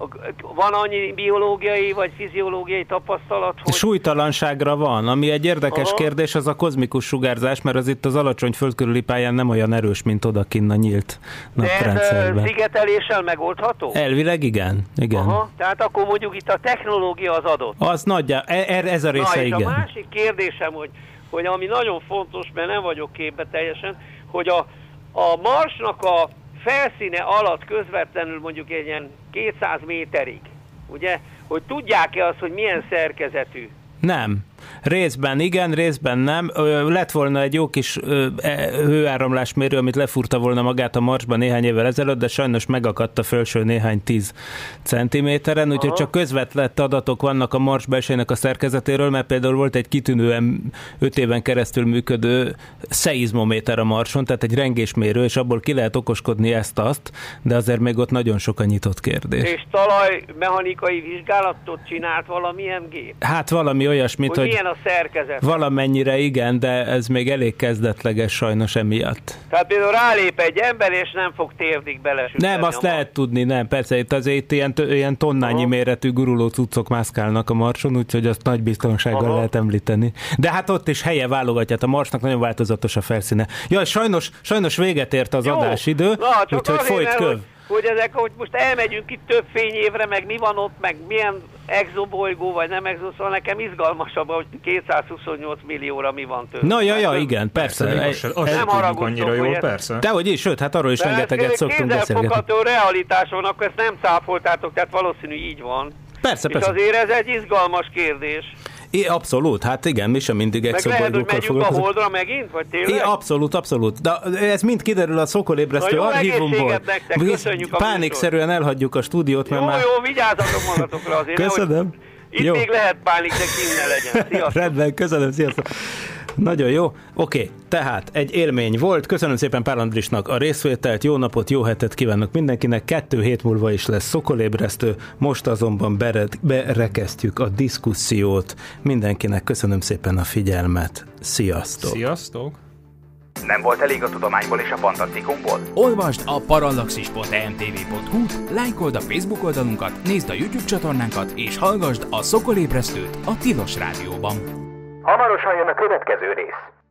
van annyi biológiai vagy fiziológiai tapasztalat, hogy... Súlytalanságra van, ami egy érdekes Aha. kérdés, az a kozmikus sugárzás, mert az itt az alacsony földkörüli pályán nem olyan erős, mint odakinn a nyílt naprendszerben. De ez szigeteléssel megoldható? Elvileg igen. igen. Aha, tehát akkor mondjuk itt a technológia az adott. Az nagyjából, ez a része Na, és igen. a másik kérdésem, hogy, hogy ami nagyon fontos, mert nem vagyok képbe teljesen, hogy a, a Marsnak a felszíne alatt közvetlenül mondjuk egy ilyen kétszáz méterig, ugye, hogy tudják-e azt, hogy milyen szerkezetű? Nem. Részben igen, részben nem. Lett volna egy jó kis hőáramlásmérő, amit lefúrta volna magát a Marsban néhány évvel ezelőtt, de sajnos megakadt a felső néhány tíz centiméteren, úgyhogy Aha. csak közvetett adatok vannak a Mars belsejének a szerkezetéről, mert például volt egy kitűnően öt éven keresztül működő szeizmométer a Marson, tehát egy rengésmérő, és abból ki lehet okoskodni ezt-azt, de azért még ott nagyon sok a nyitott kérdés. És talajmechanikai vizsgálatot csinált valamilyen gép? Hát valami olyasmit, hogy milyen a szerkezet? Valamennyire igen, de ez még elég kezdetleges sajnos emiatt. Tehát például rálép egy ember, és nem fog térdig belesütni. Nem, azt lehet tudni, nem. Persze, itt azért itt ilyen, ilyen tonnányi Aha. méretű guruló cuccok mászkálnak a Marson, úgyhogy azt nagy biztonsággal Aha. lehet említeni. De hát ott is helye válogatja, a Marsnak nagyon változatos a felszíne. Jaj, sajnos, sajnos véget ért az Jó. adásidő, úgyhogy folyt köv. Hogy, hogy ezek, hogy most elmegyünk itt több fényévre, meg mi van ott, meg milyen exobolygó, vagy nem exo, szóval nekem izgalmasabb, hogy kétszázhuszonnyolc millióra mi van több. Na, ja, ja, igen, persze. persze az, az nem haragudtok annyira jól, persze. Dehogy is, sőt, hát arról is rengeteget szoktunk beszélgetni. Kézzelfogható realitás van, akkor ezt nem cáfoltátok, tehát valószínű így van. Persze, és persze. azért ez egy izgalmas kérdés. É, abszolút, hát igen, mi sem mindig exobolygókkal foglalkozunk. Meg lehet, hogy megyünk a Holdra megint, vagy tényleg? É, abszolút, abszolút. De ez mind kiderül a Szokolébresztő archívumból. Pánikszerűen elhagyjuk a stúdiót, mert jó, már... Jó, jó, vigyázzatok magatokra azért. Köszönöm. Itt jó. Még lehet pánik, de kint ne legyen. Sziasztok. Rendben, köszönöm, sziasztok. Nagyon jó. Oké, okay. Tehát egy élmény volt. Köszönöm szépen Pál Andrisnak a részvételt. Jó napot, jó hetet kívánok mindenkinek. Kettő hét múlva is lesz Szokolébresztő. Most azonban bered, berekesztjük a diszkusziót. Mindenkinek köszönöm szépen a figyelmet. Sziasztok. Sziasztok. Nem volt elég a tudományból és a fantasztikumból? Olvasd a parallaxis pont e m t v pont h-t, lájkold a Facebook oldalunkat, nézd a YouTube csatornánkat, és hallgasd a Szokolébresztőt a Tilos Rádióban. Hamarosan jön a következő rész.